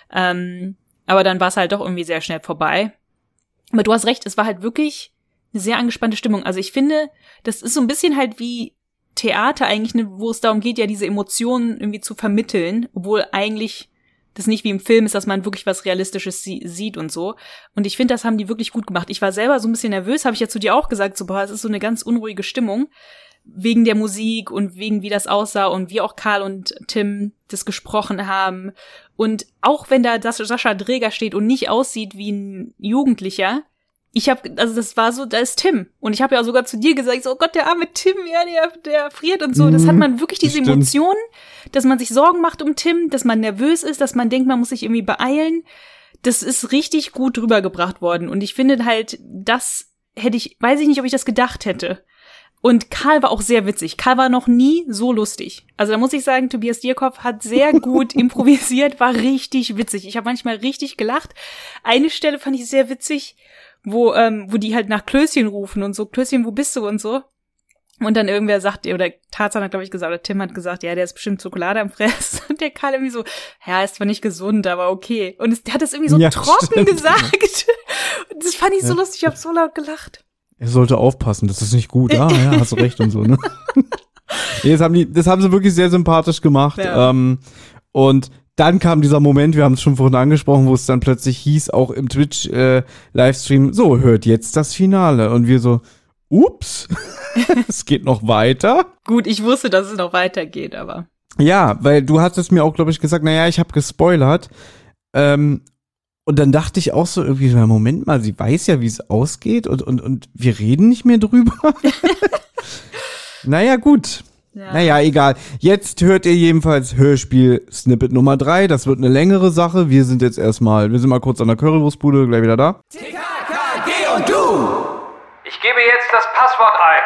Ähm, aber dann war es halt doch irgendwie sehr schnell vorbei. Aber du hast recht, es war halt wirklich eine sehr angespannte Stimmung. Also ich finde, das ist so ein bisschen halt wie Theater eigentlich, ne, wo es darum geht, ja diese Emotionen irgendwie zu vermitteln, obwohl eigentlich das nicht wie im Film ist, dass man wirklich was Realistisches sie- sieht und so. Und ich finde, das haben die wirklich gut gemacht. Ich war selber so ein bisschen nervös, habe ich ja zu dir auch gesagt, so, boah, es ist so eine ganz unruhige Stimmung, wegen der Musik und wegen wie das aussah und wie auch Karl und Tim das gesprochen haben. Und auch wenn da das Sascha Dreger steht und nicht aussieht wie ein Jugendlicher, ich habe, also das war so, da ist Tim. Und ich habe ja sogar zu dir gesagt, so, oh Gott, der arme Tim, ja, der, der friert und so. Mhm, das hat man wirklich diese Emotionen, dass man sich Sorgen macht um Tim, dass man nervös ist, dass man denkt, man muss sich irgendwie beeilen. Das ist richtig gut rübergebracht worden. Und ich finde halt, das hätte ich, weiß ich nicht, ob ich das gedacht hätte. Und Karl war auch sehr witzig. Karl war noch nie so lustig. Also da muss ich sagen, Tobias Dierkopf hat sehr gut improvisiert, war richtig witzig. Ich habe manchmal richtig gelacht. Eine Stelle fand ich sehr witzig, wo ähm, wo die halt nach Klößchen rufen und so, Klößchen, wo bist du und so. Und dann irgendwer sagt, oder Tarzan hat, glaube ich, gesagt, oder Tim hat gesagt, ja, der ist bestimmt Schokolade am Fressen. Und der Karl irgendwie so, ja, ist zwar nicht gesund, aber okay. Und es, der hat das irgendwie so ja, trocken stimmt. gesagt. Und das fand ich so ja. lustig, ich habe so laut gelacht. Er sollte aufpassen, das ist nicht gut. Ah, ja, hast du recht und so, ne? Nee, das haben die, das haben sie wirklich sehr sympathisch gemacht. Ja. Ähm, und dann kam dieser Moment, wir haben es schon vorhin angesprochen, wo es dann plötzlich hieß, auch im Twitch-Livestream, äh, so, hört jetzt das Finale. Und wir so, ups, es geht noch weiter. Gut, ich wusste, dass es noch weitergeht, aber. Ja, weil du hattest mir auch, glaube ich, gesagt, naja, ich habe gespoilert. Ähm, und dann dachte ich auch so irgendwie, na, Moment mal, sie weiß ja, wie es ausgeht und, und, und wir reden nicht mehr drüber. Naja, gut. Ja. Naja, egal. Jetzt hört ihr jedenfalls Hörspiel-Snippet Nummer drei. Das wird eine längere Sache. Wir sind jetzt erstmal, wir sind mal kurz an der Currywurstbude, gleich wieder da. T K K G und du! Ich gebe jetzt das Passwort ein.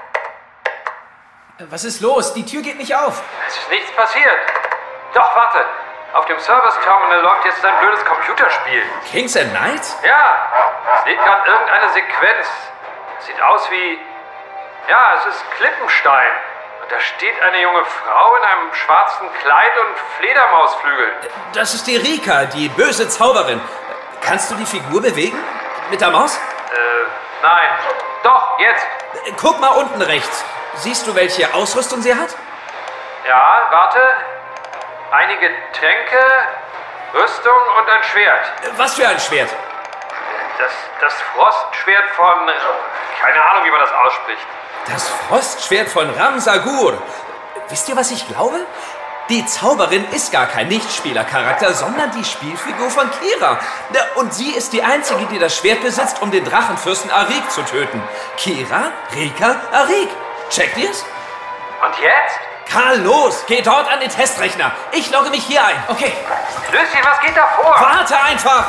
Was ist los? Die Tür geht nicht auf. Es ist nichts passiert. Doch, warte. Auf dem Service-Terminal läuft jetzt ein blödes Computerspiel. Kings and Knights? Ja. Es lädt gerade irgendeine Sequenz. Sieht aus wie... Ja, es ist Klippenstein. Und da steht eine junge Frau in einem schwarzen Kleid und Fledermausflügeln. Das ist die Rika, die böse Zauberin. Kannst du die Figur bewegen? Mit der Maus? Äh, nein. Doch, jetzt. Guck mal unten rechts. Siehst du, welche Ausrüstung sie hat? Ja, warte. Einige Tränke, Rüstung und ein Schwert. Was für ein Schwert? Das, das Frostschwert von... Keine Ahnung, wie man das ausspricht. Das Frostschwert von Ramsagur. Wisst ihr, was ich glaube? Die Zauberin ist gar kein Nichtspielercharakter, sondern die Spielfigur von Kira. Und sie ist die Einzige, die das Schwert besitzt, um den Drachenfürsten Arik zu töten. Kira, Rika, Arik. Checkt ihr's? Und jetzt? Karl, los! Geh dort an den Testrechner. Ich logge mich hier ein. Okay. Klößchen, was geht da vor? Warte einfach!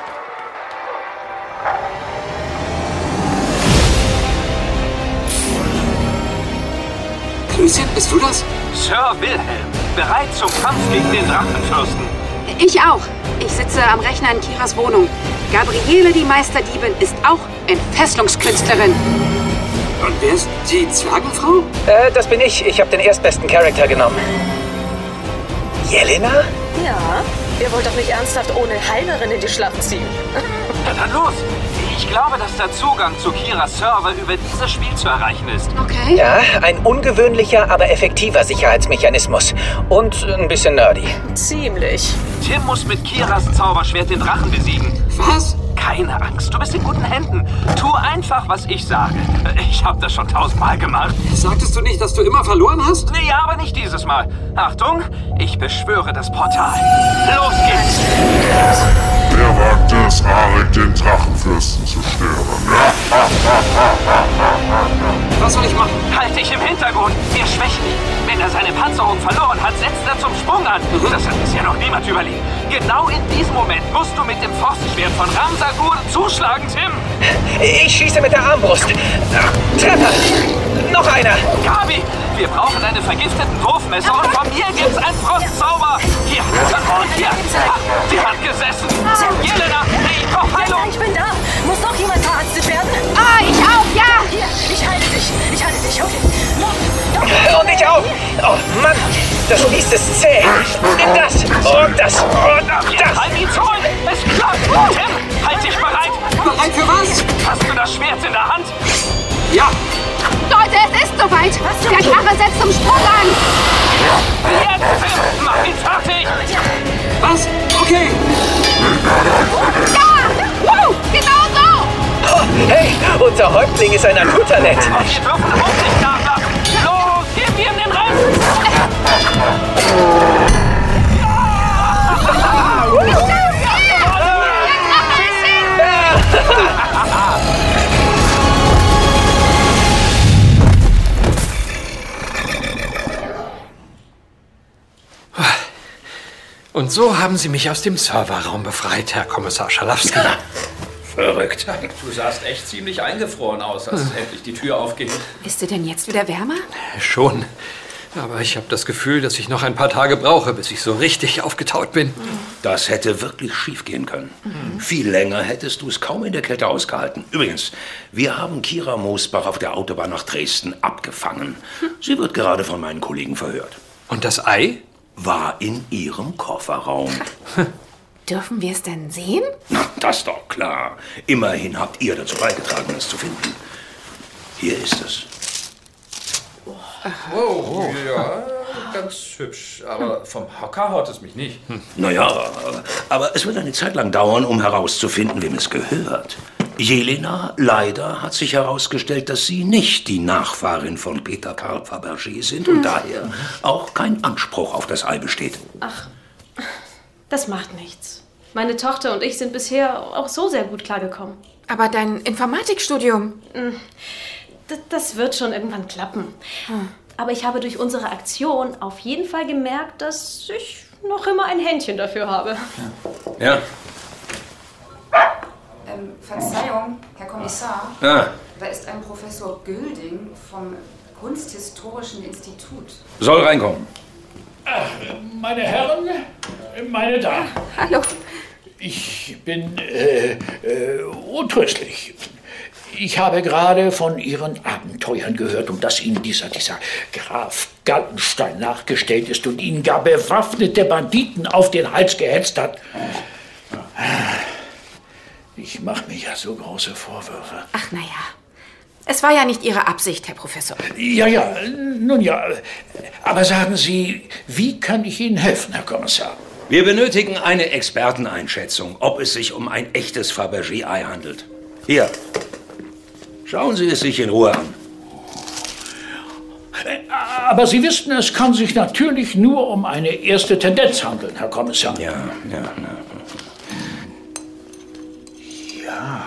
Klößchen, bist du das? Sir Wilhelm, bereit zum Kampf gegen den Drachenfürsten. Ich auch. Ich sitze am Rechner in Kiras Wohnung. Gabriele, die Meisterdiebin, ist auch Entfesselungskünstlerin. Und wer ist die Zwergenfrau? Äh, das bin ich. Ich habe den erstbesten Charakter genommen. Jelena? Ja, ihr wollt doch nicht ernsthaft ohne Heilerin in die Schlacht ziehen. Ja, dann los. Ich glaube, dass der Zugang zu Kiras Server über dieses Spiel zu erreichen ist. Okay. Ja, ein ungewöhnlicher, aber effektiver Sicherheitsmechanismus. Und ein bisschen nerdy. Ziemlich. Tim muss mit Kiras Zauberschwert den Drachen besiegen. Was? Keine Angst, du bist in guten Händen. Tu einfach, was ich sage. Ich habe das schon tausendmal gemacht. Sagtest du nicht, dass du immer verloren hast? Nee, aber nicht dieses Mal. Achtung, ich beschwöre das Portal. Los geht's! Wer wagt es, Arik den Drachenfürsten zu stören? Was soll ich machen? Halt dich im Hintergrund. Wir schwächen ihn. Wenn er seine Panzerung verloren hat, setzt er zum Sprung an. Das hat bisher noch niemand überlebt. Genau in diesem Moment musst du mit dem Forstenschwert von Ramsagur zuschlagen, Tim. Ich schieße mit der Armbrust. Treffer! Noch einer! Gabi, wir brauchen deine vergifteten Wurfmesser und von mir gibt's einen Frostzauber. Hier, und hier. Ah, die hat gesessen. Jelena, ich brauch Heilung. Ja, ich bin da. Muss noch jemand verarztet werden? Ah, ich auch, ja! Hier, ich halte dich. Ich halte dich, okay. Noch, noch. Und ich auch! Oh Mann, das Biest ist zäh. Nimm das und das und das. Halt ihn zurück. Es klappt. Tim, halt dich bereit. Bereit für was? Hast du das Schwert in der Hand? Ja. Leute, es ist soweit. Der Drache setzt zum Sprung an. Jetzt, Tim, mach ihn fertig. Was? Okay. Ja! Woo! Genau so! Oh, hey, unser Häuptling ist ein Naturtalent. Wir dürfen auch nicht nachlassen. Los, gib ihm den Rest. Und so haben Sie mich aus dem Serverraum befreit, Herr Kommissar Schalafsky. Verrückt. Du sahst echt ziemlich eingefroren aus, als endlich die Tür aufging. Ist dir denn jetzt wieder wärmer? Schon. Aber ich habe das Gefühl, dass ich noch ein paar Tage brauche, bis ich so richtig aufgetaut bin. Das hätte wirklich schief gehen können. Mhm. Viel länger hättest du es kaum in der Kälte ausgehalten. Übrigens, wir haben Kira Mosbach auf der Autobahn nach Dresden abgefangen. Sie wird gerade von meinen Kollegen verhört. Und das Ei? War in ihrem Kofferraum. Dürfen wir es denn sehen? Na, das ist doch klar. Immerhin habt ihr dazu beigetragen, es zu finden. Hier ist es. Oh, ja, ganz hübsch. Aber vom Hocker haut es mich nicht. Hm. Naja, aber es wird eine Zeit lang dauern, um herauszufinden, wem es gehört. Jelena, leider hat sich herausgestellt, dass Sie nicht die Nachfahrin von Peter Karl Fabergé sind und hm. daher auch kein Anspruch auf das Ei besteht. Ach, das macht nichts. Meine Tochter und ich sind bisher auch so sehr gut klargekommen. Aber dein Informatikstudium? Das, das wird schon irgendwann klappen. Hm. Aber ich habe durch unsere Aktion auf jeden Fall gemerkt, dass ich noch immer ein Händchen dafür habe. Ja. Ähm, Verzeihung, Herr Kommissar. Ah. Da ist ein Professor Gülding vom Kunsthistorischen Institut. Soll reinkommen. Ach, meine Herren, meine Damen. Hallo. Ich bin äh, äh, untröstlich. Ich habe gerade von Ihren Abenteuern gehört, um das Ihnen dieser, dieser Graf Galtenstein nachgestellt ist und Ihnen gar bewaffnete Banditen auf den Hals gehetzt hat. Ich mache mir ja so große Vorwürfe. Ach, na ja. Es war ja nicht Ihre Absicht, Herr Professor. Ja, ja, nun ja. Aber sagen Sie, wie kann ich Ihnen helfen, Herr Kommissar? Wir benötigen eine Experteneinschätzung, ob es sich um ein echtes Fabergé-Ei handelt. Hier. Schauen Sie es sich in Ruhe an. Aber Sie wissen, es kann sich natürlich nur um eine erste Tendenz handeln, Herr Kommissar. Ja, ja, ja. Ja.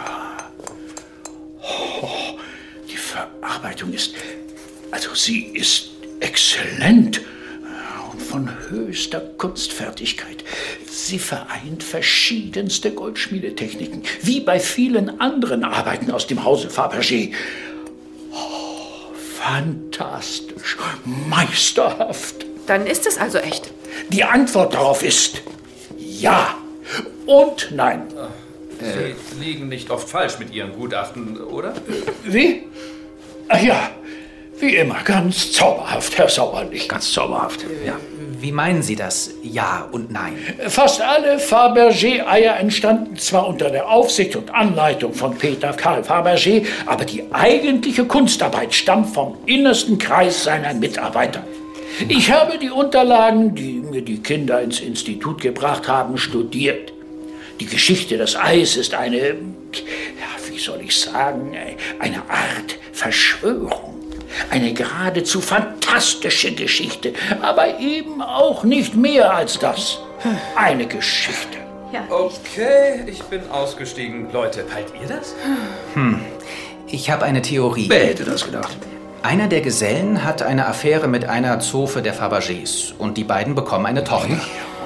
Oh, die Verarbeitung ist, also sie ist exzellent und von höchster Kunstfertigkeit. Sie vereint verschiedenste Goldschmiedetechniken, wie bei vielen anderen Arbeiten aus dem Hause Fabergé. Oh, fantastisch, meisterhaft. Dann ist es also echt. Die Antwort darauf ist ja und nein. Sie liegen nicht oft falsch mit Ihren Gutachten, oder? Wie? Ach ja, wie immer, ganz zauberhaft, Herr Sauerlich. Ganz zauberhaft, ja. Wie meinen Sie das? Ja und nein? Fast alle Fabergé-Eier entstanden zwar unter der Aufsicht und Anleitung von Peter Karl Fabergé, aber die eigentliche Kunstarbeit stammt vom innersten Kreis seiner Mitarbeiter. Ich habe die Unterlagen, die mir die Kinder ins Institut gebracht haben, studiert. Die Geschichte des Eis ist eine, ja, wie soll ich sagen, eine Art Verschwörung. Eine geradezu fantastische Geschichte, aber eben auch nicht mehr als das. Eine Geschichte. Ja, okay, ich bin ausgestiegen. Leute, peilt ihr das? Hm, ich habe eine Theorie. Wer hätte das gedacht? Einer der Gesellen hat eine Affäre mit einer Zofe der Fabergés und die beiden bekommen eine Tochter.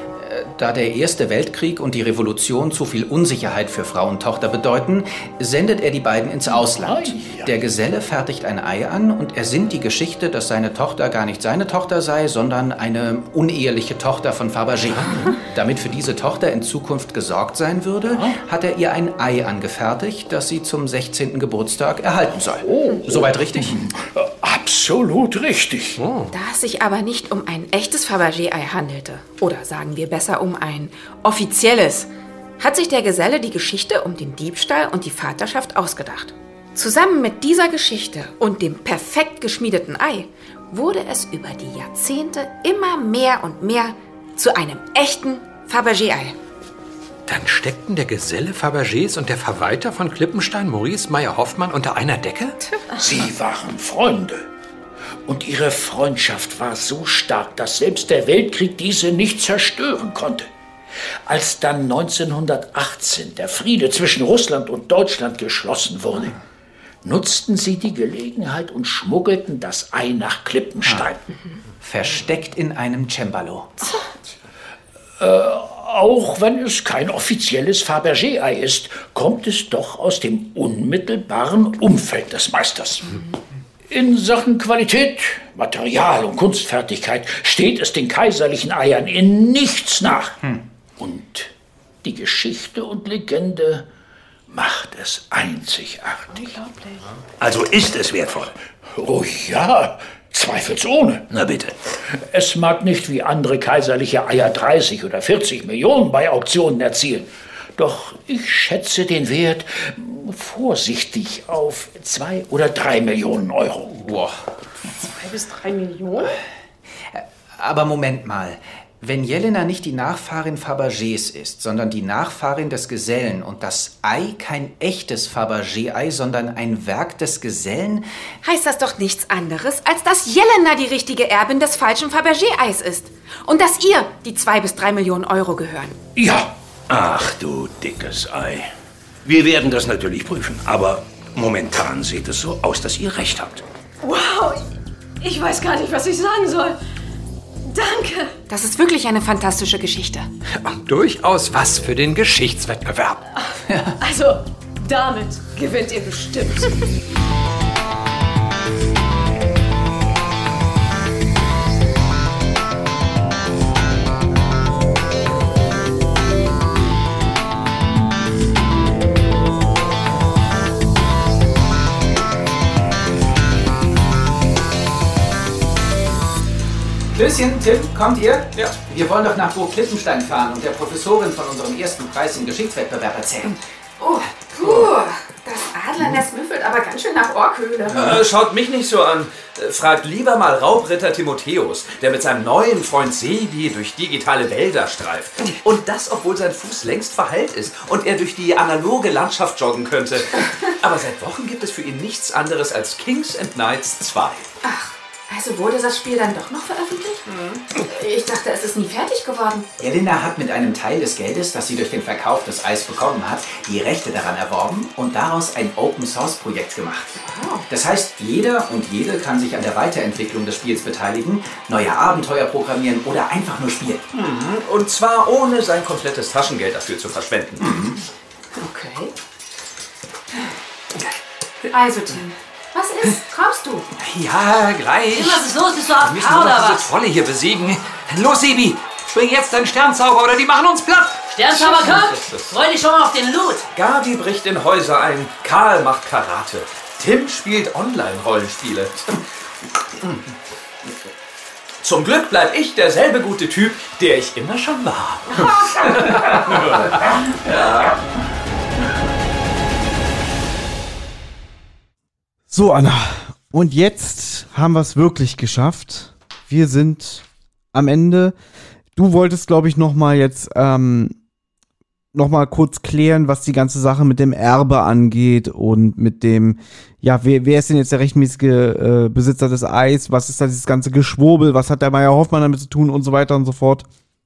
Da der Erste Weltkrieg und die Revolution zu viel Unsicherheit für Frau und Tochter bedeuten, sendet er die beiden ins Ausland. Der Geselle fertigt ein Ei an und ersinnt die Geschichte, dass seine Tochter gar nicht seine Tochter sei, sondern eine uneheliche Tochter von Fabergé. Damit für diese Tochter in Zukunft gesorgt sein würde, hat er ihr ein Ei angefertigt, das sie zum sechzehnten Geburtstag erhalten soll. Oh. Soweit richtig? Absolut richtig. Oh. Da es sich aber nicht um ein echtes Fabergé-Ei handelte, oder sagen wir besser um ein offizielles, hat sich der Geselle die Geschichte um den Diebstahl und die Vaterschaft ausgedacht. Zusammen mit dieser Geschichte und dem perfekt geschmiedeten Ei wurde es über die Jahrzehnte immer mehr und mehr zu einem echten Fabergé-Ei. Dann steckten der Geselle Fabergés und der Verwalter von Klippenstein, Maurice Meyer-Hoffmann, unter einer Decke? Sie waren Freunde. Und ihre Freundschaft war so stark, dass selbst der Weltkrieg diese nicht zerstören konnte. Als dann neunzehnhundertachtzehn der Friede zwischen Russland und Deutschland geschlossen wurde, nutzten sie die Gelegenheit und schmuggelten das Ei nach Klippenstein. Ah. Versteckt in einem Cembalo. Äh, auch wenn es kein offizielles Fabergé-Ei ist, kommt es doch aus dem unmittelbaren Umfeld des Meisters. In Sachen Qualität, Material und Kunstfertigkeit steht es den kaiserlichen Eiern in nichts nach. Hm. Und die Geschichte und Legende macht es einzigartig. Unglaublich. Also ist es wertvoll? Oh ja, zweifelsohne. Na bitte. Es mag nicht wie andere kaiserliche Eier dreißig oder vierzig Millionen bei Auktionen erzielen. Doch ich schätze den Wert vorsichtig auf zwei oder drei Millionen Euro. Wow. Zwei bis drei Millionen? Aber Moment mal. Wenn Jelena nicht die Nachfahrin Fabergés ist, sondern die Nachfahrin des Gesellen und das Ei kein echtes Fabergé-Ei, sondern ein Werk des Gesellen, heißt das doch nichts anderes, als dass Jelena die richtige Erbin des falschen Fabergé-Eis ist. Und dass ihr die zwei bis drei Millionen Euro gehören. Ja. Ach du dickes Ei. Wir werden das natürlich prüfen, aber momentan sieht es so aus, dass ihr recht habt. Wow, ich weiß gar nicht, was ich sagen soll. Danke. Das ist wirklich eine fantastische Geschichte. Und durchaus was für den Geschichtswettbewerb. Also, damit gewinnt ihr bestimmt. Klößchen, Tim, kommt ihr? Ja. Wir wollen doch nach Burg Klippenstein fahren und der Professorin von unserem ersten Preis im Geschichtswettbewerb erzählen. Oh, puh, das Adlernest müffelt aber ganz schön nach Orkhöhle. Äh, schaut mich nicht so an. Fragt lieber mal Raubritter Timotheus, der mit seinem neuen Freund Sebi durch digitale Wälder streift. Und das, obwohl sein Fuß längst verheilt ist und er durch die analoge Landschaft joggen könnte. Aber seit Wochen gibt es für ihn nichts anderes als Kings and Knights zwei. Ach. Also wurde das Spiel dann doch noch veröffentlicht? Mhm. Ich dachte, es ist nie fertig geworden. Jelena hat mit einem Teil des Geldes, das sie durch den Verkauf des Eis bekommen hat, die Rechte daran erworben und daraus ein Open-Source-Projekt gemacht. Wow. Das heißt, jeder und jede kann sich an der Weiterentwicklung des Spiels beteiligen, neue Abenteuer programmieren oder einfach nur spielen. Mhm. Und zwar ohne sein komplettes Taschengeld dafür zu verschwenden. Mhm. Okay. Also, Tim. Was ist? Kommst du? Ja, gleich. Was ist los? Bist du auf Wir müssen nur oder noch was? diese Trolle hier besiegen. Los, Sebi! Bring jetzt deinen Sternzauber oder die machen uns platt! Sternzauber kommt! Freu dich schon mal auf den Loot! Gabi bricht in Häuser ein, Karl macht Karate, Tim spielt Online-Rollenspiele. Zum Glück bleib ich derselbe gute Typ, der ich immer schon war. Ja. So, Anna. Und jetzt haben wir es wirklich geschafft. Wir sind am Ende. Du wolltest, glaube ich, noch mal jetzt ähm, noch mal kurz klären, was die ganze Sache mit dem Erbe angeht und mit dem, ja, wer, wer ist denn jetzt der rechtmäßige äh, Besitzer des Eis? Was ist da dieses ganze Geschwurbel? Was hat der Meier Hoffmann damit zu tun und so weiter und so fort?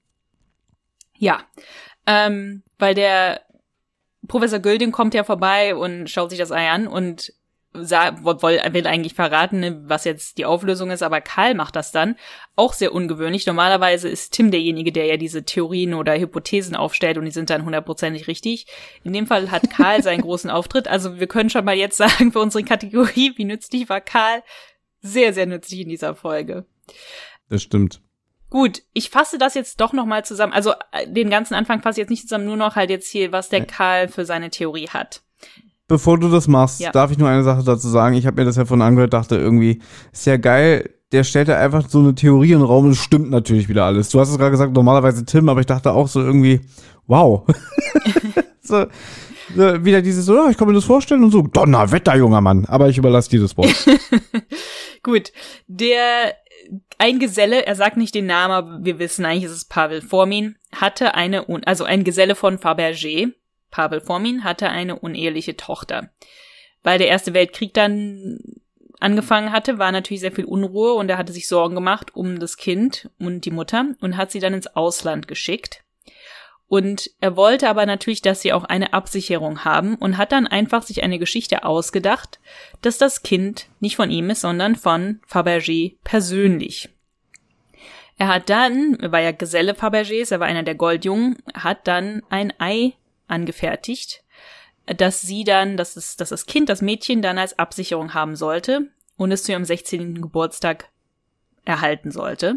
Ja, ähm, weil der Professor Gülding kommt ja vorbei und schaut sich das Ei an und will eigentlich verraten, was jetzt die Auflösung ist, aber Karl macht das dann. Auch sehr ungewöhnlich. Normalerweise ist Tim derjenige, der ja diese Theorien oder Hypothesen aufstellt und die sind dann hundertprozentig richtig. In dem Fall hat Karl seinen großen Auftritt. Also wir können schon mal jetzt sagen, für unsere Kategorie, wie nützlich war Karl? Sehr, sehr nützlich in dieser Folge. Das stimmt. Gut, ich fasse das jetzt doch noch mal zusammen. Also den ganzen Anfang fasse ich jetzt nicht zusammen, nur noch halt jetzt hier, was der Karl für seine Theorie hat. Bevor du das machst, ja. darf ich nur eine Sache dazu sagen. Ich habe mir das ja von angehört, dachte irgendwie, ist ja geil, der stellt da einfach so eine Theorie in den Raum und es stimmt natürlich wieder alles. Du hast es gerade gesagt, normalerweise Tim, aber ich dachte auch so irgendwie, wow. so, so, wieder dieses, so, ja, ich kann mir das vorstellen und so, Donnerwetter, junger Mann. Aber ich überlasse dir das Wort. Gut, der ein Geselle, er sagt nicht den Namen, aber wir wissen eigentlich, ist es Pavel Formin, hatte eine, also ein Geselle von Fabergé, Pavel Formin hatte eine uneheliche Tochter. Weil der Erste Weltkrieg dann angefangen hatte, war natürlich sehr viel Unruhe und er hatte sich Sorgen gemacht um das Kind und die Mutter und hat sie dann ins Ausland geschickt. Und er wollte aber natürlich, dass sie auch eine Absicherung haben und hat dann einfach sich eine Geschichte ausgedacht, dass das Kind nicht von ihm ist, sondern von Fabergé persönlich. Er hat dann, er war ja Geselle Fabergés, er war einer der Goldjungen, hat dann ein Ei angefertigt, dass sie dann, dass, es, dass das Kind, das Mädchen dann als Absicherung haben sollte und es zu ihrem sechzehnten Geburtstag erhalten sollte.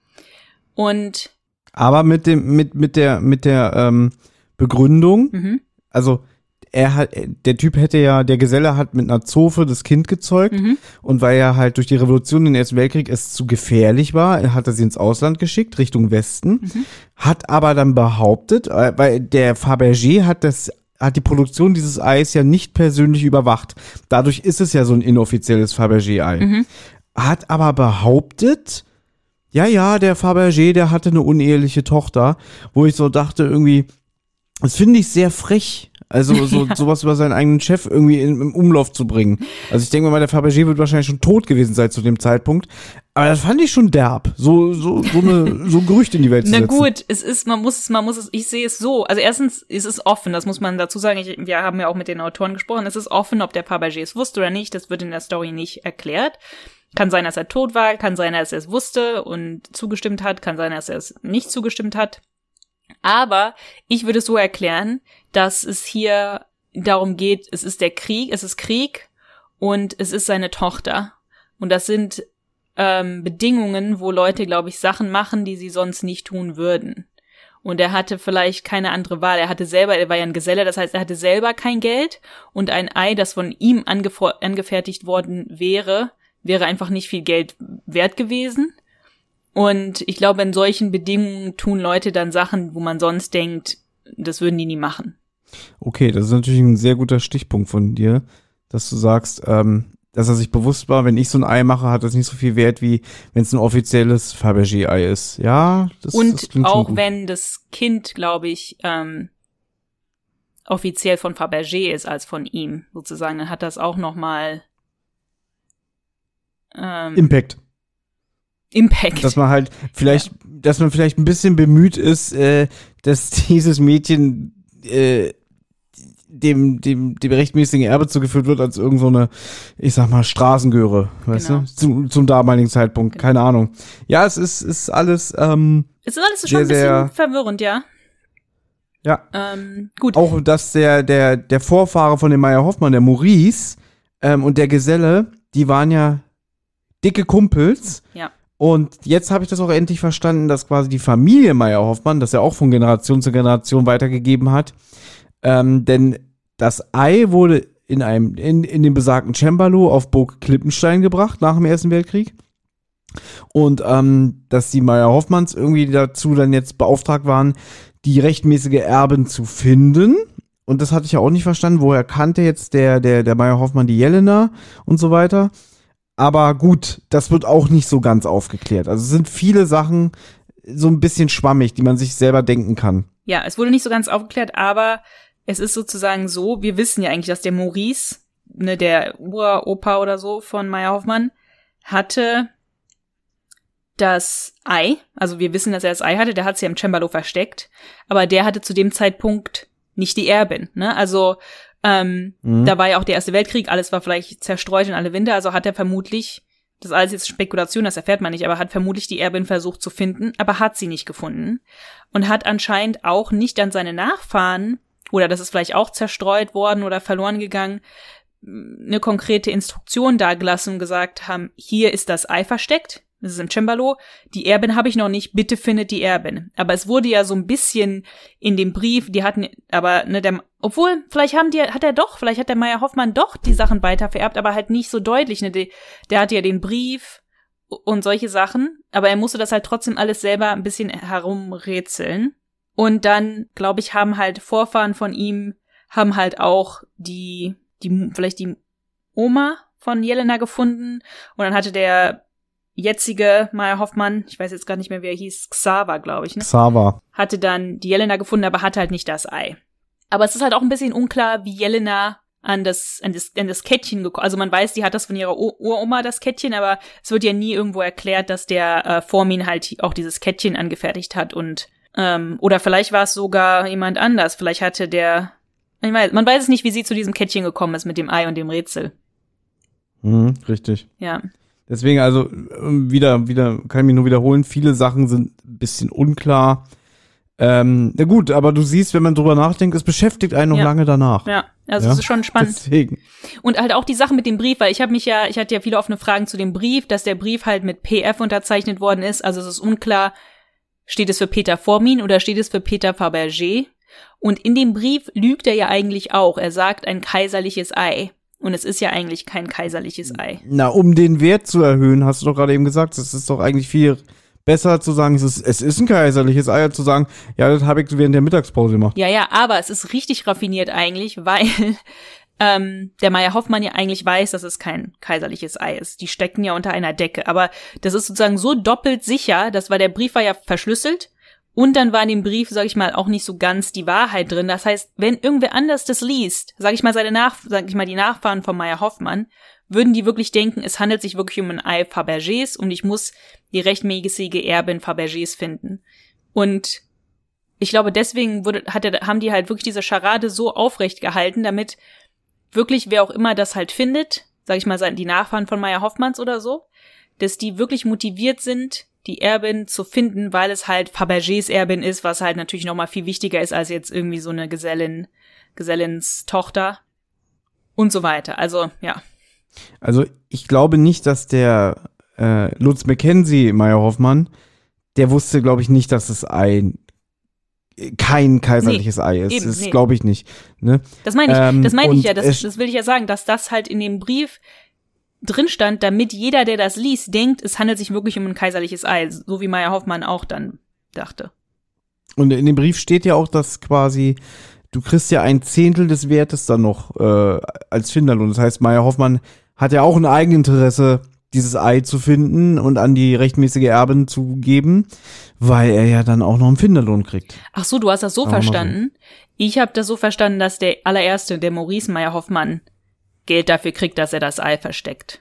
Und aber mit dem, mit, mit der, mit der ähm, Begründung, mhm. also er hat, der Typ hätte ja, der Geselle hat mit einer Zofe das Kind gezeugt mhm. und weil er halt durch die Revolution im Ersten Weltkrieg es zu gefährlich war, hat er sie ins Ausland geschickt, Richtung Westen, mhm. hat aber dann behauptet, weil der Fabergé hat das, hat die Produktion dieses Eis ja nicht persönlich überwacht. Dadurch ist es ja so ein inoffizielles Fabergé-Ei. Mhm. Hat aber behauptet, ja, ja, der Fabergé, der hatte eine uneheliche Tochter, wo ich so dachte irgendwie, das finde ich sehr frech. Also so ja. sowas über seinen eigenen Chef irgendwie in, im Umlauf zu bringen. Also ich denke mal, der Fabergé wird wahrscheinlich schon tot gewesen sein zu dem Zeitpunkt. Aber das fand ich schon derb, so so so eine so ein Gerücht in die Welt zu setzen. Na gut, es ist, man muss es, man muss es, ich sehe es so. Also erstens ist es offen, das muss man dazu sagen. Ich, wir haben ja auch mit den Autoren gesprochen. Es ist offen, ob der Fabergé es wusste oder nicht. Das wird in der Story nicht erklärt. Kann sein, dass er tot war, kann sein, dass er es wusste und zugestimmt hat, kann sein, dass er es nicht zugestimmt hat. Aber ich würde es so erklären, dass es hier darum geht, es ist der Krieg, es ist Krieg und es ist seine Tochter. Und das sind ähm, Bedingungen, wo Leute, glaube ich, Sachen machen, die sie sonst nicht tun würden. Und er hatte vielleicht keine andere Wahl. Er hatte selber, er war ja ein Geselle, das heißt, er hatte selber kein Geld und ein Ei, das von ihm angef- angefertigt worden wäre, wäre einfach nicht viel Geld wert gewesen. Und ich glaube, in solchen Bedingungen tun Leute dann Sachen, wo man sonst denkt, das würden die nie machen. Okay, das ist natürlich ein sehr guter Stichpunkt von dir, dass du sagst, ähm, dass er sich bewusst war, wenn ich so ein Ei mache, hat das nicht so viel Wert, wie wenn es ein offizielles Fabergé-Ei ist. Ja, das, Und das klingt auch schon gut. Wenn das Kind, glaube ich, ähm, offiziell von Fabergé ist als von ihm, sozusagen, dann hat das auch nochmal ähm, Impact. Impact. Dass man halt vielleicht, ja. dass man vielleicht ein bisschen bemüht ist, äh, dass dieses Mädchen äh, dem, dem, dem rechtmäßigen Erbe zugeführt wird als irgend so eine, ich sag mal, Straßengöre, weißt genau. du? Zum, zum damaligen Zeitpunkt, genau. Keine Ahnung. Ja, es ist, ist alles, ähm, Es ist alles schon ein bisschen sehr, verwirrend, ja. Ja. Ähm, gut. Auch, dass der, der, der Vorfahre von dem Meier Hoffmann, der Maurice, ähm, und der Geselle, die waren ja dicke Kumpels. Ja. Und jetzt habe ich das auch endlich verstanden, dass quasi die Familie Meyer-Hoffmann, das ja auch von Generation zu Generation weitergegeben hat, ähm, denn das Ei wurde in einem in, in dem besagten Cembalo auf Burg Klippenstein gebracht nach dem Ersten Weltkrieg. Und ähm, dass die Meyer-Hoffmanns irgendwie dazu dann jetzt beauftragt waren, die rechtmäßige Erbin zu finden. Und das hatte ich ja auch nicht verstanden. Woher kannte jetzt der, der, der Meyer-Hoffmann die Jelena und so weiter? Aber gut, das wird auch nicht so ganz aufgeklärt. Also es sind viele Sachen so ein bisschen schwammig, die man sich selber denken kann. Ja, es wurde nicht so ganz aufgeklärt, aber es ist sozusagen so, wir wissen ja eigentlich, dass der Maurice, ne, der Uropa oder so von Meyer-Hoffmann, hatte das Ei, also wir wissen, dass er das Ei hatte, der hat sie ja im Cembalo versteckt, aber der hatte zu dem Zeitpunkt nicht die Erbin, ne, also Ähm, mhm. Da war ja auch der Erste Weltkrieg, alles war vielleicht zerstreut in alle Winde, also hat er vermutlich, das ist alles jetzt Spekulation, das erfährt man nicht, aber hat vermutlich die Erbin versucht zu finden, aber hat sie nicht gefunden und hat anscheinend auch nicht an seine Nachfahren, oder das ist vielleicht auch zerstreut worden oder verloren gegangen, eine konkrete Instruktion dagelassen und gesagt haben, hier ist das Ei versteckt, das ist im Cembalo, die Erbin habe ich noch nicht, bitte findet die Erbin. Aber es wurde ja so ein bisschen in dem Brief, die hatten, aber, ne, der, obwohl, vielleicht haben die, hat er doch, vielleicht hat der Meyer-Hoffmann doch die Sachen weiter vererbt, aber halt nicht so deutlich, ne, der, der hatte ja den Brief und solche Sachen, aber er musste das halt trotzdem alles selber ein bisschen herumrätseln. Und dann, glaube ich, haben halt Vorfahren von ihm, haben halt auch die, die, vielleicht die Oma von Jelena gefunden und dann hatte der jetzige Meyer-Hoffmann, ich weiß jetzt gar nicht mehr, wie er hieß, Xaver, glaube ich, ne? Xaver. Hatte dann die Jelena gefunden, aber hatte halt nicht das Ei. Aber es ist halt auch ein bisschen unklar, wie Jelena an das, an das, an das Kettchen gekommen. Also man weiß, die hat das von ihrer Ur- Uroma, das Kettchen, aber es wird ja nie irgendwo erklärt, dass der äh, Formin halt auch dieses Kettchen angefertigt hat und ähm, oder vielleicht war es sogar jemand anders. Vielleicht hatte der, ich weiß, man weiß es nicht, wie sie zu diesem Kettchen gekommen ist mit dem Ei und dem Rätsel. Mhm, richtig. Ja. Deswegen also wieder, wieder, kann ich mich nur wiederholen, viele Sachen sind ein bisschen unklar. Ähm, na gut, aber du siehst, wenn man drüber nachdenkt, es beschäftigt einen noch ja. lange danach. Ja, also ja? Es ist schon spannend. Deswegen. Und halt auch die Sache mit dem Brief, weil ich habe mich ja, ich hatte ja viele offene Fragen zu dem Brief, dass der Brief halt mit P F unterzeichnet worden ist, also es ist unklar, steht es für Peter Formin oder steht es für Peter Fabergé? Und in dem Brief lügt er ja eigentlich auch, er sagt ein kaiserliches Ei. Und es ist ja eigentlich kein kaiserliches Ei. Na, um den Wert zu erhöhen, hast du doch gerade eben gesagt, es ist doch eigentlich viel besser zu sagen, es ist, es ist ein kaiserliches Ei, als zu sagen, ja, das habe ich während der Mittagspause gemacht. Ja, ja, aber es ist richtig raffiniert eigentlich, weil ähm, der Meyer-Hoffmann ja eigentlich weiß, dass es kein kaiserliches Ei ist. Die stecken ja unter einer Decke. Aber das ist sozusagen so doppelt sicher, das war, der Brief war ja verschlüsselt. Und dann war in dem Brief, sag ich mal, auch nicht so ganz die Wahrheit drin. Das heißt, wenn irgendwer anders das liest, sag ich mal, seine Nach, sag ich mal, die Nachfahren von Meyer-Hoffmann, würden die wirklich denken, es handelt sich wirklich um ein Ei Fabergés und ich muss die rechtmäßige Erbin Fabergés finden. Und ich glaube, deswegen wurde, hat er, haben die halt wirklich diese Scharade so aufrecht gehalten, damit wirklich, wer auch immer das halt findet, sag ich mal, die Nachfahren von Meyer-Hoffmanns oder so, dass die wirklich motiviert sind, die Erbin zu finden, weil es halt Fabergés Erbin ist, was halt natürlich noch mal viel wichtiger ist als jetzt irgendwie so eine Gesellin, Gesellins Tochter und so weiter. Also, ja. Also, ich glaube nicht, dass der äh, Lutz Mackenzie Meyer-Hoffmann, der wusste, glaube ich, nicht, dass es ein kein kaiserliches nee, Ei ist. Eben, das nee. glaube ich nicht. Ne? Das meine ich, ähm, das meine ich ja, das, das will ich ja sagen, dass das halt in dem Brief drin stand, damit jeder, der das liest, denkt, es handelt sich wirklich um ein kaiserliches Ei, so wie Meyer-Hoffmann auch dann dachte. Und in dem Brief steht ja auch, dass quasi, du kriegst ja ein Zehntel des Wertes dann noch äh, als Finderlohn. Das heißt, Meyer-Hoffmann hat ja auch ein Eigeninteresse, dieses Ei zu finden und an die rechtmäßige Erbin zu geben, weil er ja dann auch noch einen Finderlohn kriegt. Ach so, du hast das so Sagen verstanden? So. Ich habe das so verstanden, dass der allererste, der Maurice Meyer-Hoffmann, Geld dafür kriegt, dass er das Ei versteckt.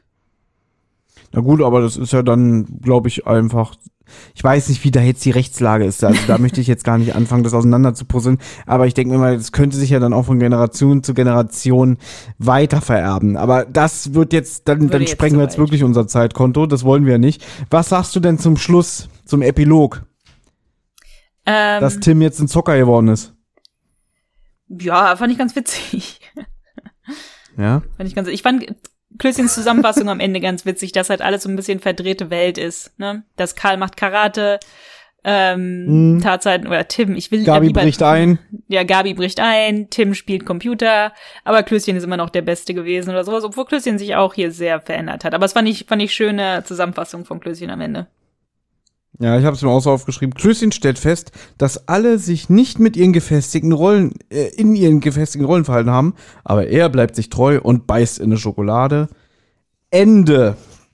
Na gut, aber das ist ja dann, glaube ich, einfach, ich weiß nicht, wie da jetzt die Rechtslage ist, also da möchte ich jetzt gar nicht anfangen, das auseinander zu puzzeln, aber ich denke mir mal, das könnte sich ja dann auch von Generation zu Generation weiter vererben, aber das wird jetzt, dann, dann jetzt sprengen wir jetzt wirklich unser Zeitkonto, das wollen wir ja nicht. Was sagst du denn zum Schluss, zum Epilog, ähm, dass Tim jetzt ein Zocker geworden ist? Ja, fand ich ganz witzig. Ja. Fand ich ganz, ich fand Klößchens Zusammenfassung am Ende ganz witzig, dass halt alles so ein bisschen verdrehte Welt ist, ne? Dass Karl macht Karate, ähm, mhm. Tatzeiten, oder Tim, ich will Gabi ja lieber, bricht ein. Ja, Gabi bricht ein, Tim spielt Computer, aber Klößchen ist immer noch der Beste gewesen oder sowas, obwohl Klößchen sich auch hier sehr verändert hat. Aber es fand ich, fand ich schöne Zusammenfassung von Klößchen am Ende. Ja, ich habe es mir auch so aufgeschrieben. Klößchen stellt fest, dass alle sich nicht mit ihren gefestigten Rollen, äh, in ihren gefestigten Rollen verhalten haben, aber er bleibt sich treu und beißt in eine Schokolade. Ende.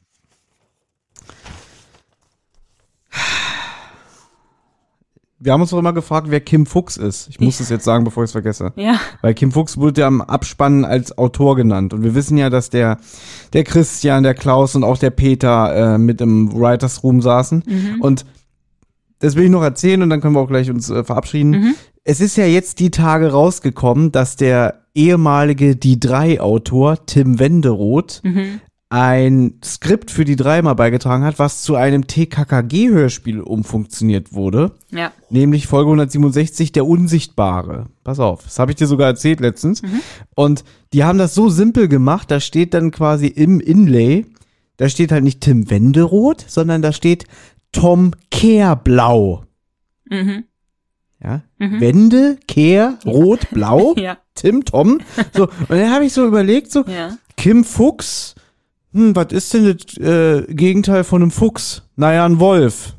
Wir haben uns doch immer gefragt, wer Kim Fuchs ist. Ich muss es jetzt sagen, bevor ich es vergesse. Ja. Weil Kim Fuchs wurde ja am Abspann als Autor genannt. Und wir wissen ja, dass der, der Christian, der Klaus und auch der Peter äh, mit im Writers Room saßen. Mhm. Und das will ich noch erzählen und dann können wir auch gleich uns äh, verabschieden. Mhm. Es ist ja jetzt die Tage rausgekommen, dass der ehemalige Die drei Autor Tim Wenderoth mhm. ein Skript für die drei mal beigetragen hat, was zu einem T K K G-Hörspiel umfunktioniert wurde. Ja. Nämlich Folge hundertsiebenundsechzig, Der Unsichtbare. Pass auf, das habe ich dir sogar erzählt letztens. Mhm. Und die haben das so simpel gemacht, da steht dann quasi im Inlay, da steht halt nicht Tim Wenderoth, sondern da steht Tom Kehrblau. Mhm. Ja, mhm. Wende, Kehr, Rot, Blau, ja. Tim, Tom. So, und dann habe ich so überlegt, so, ja. Kim Fuchs, hm, was ist denn das äh, Gegenteil von einem Fuchs? Naja, ein Wolf.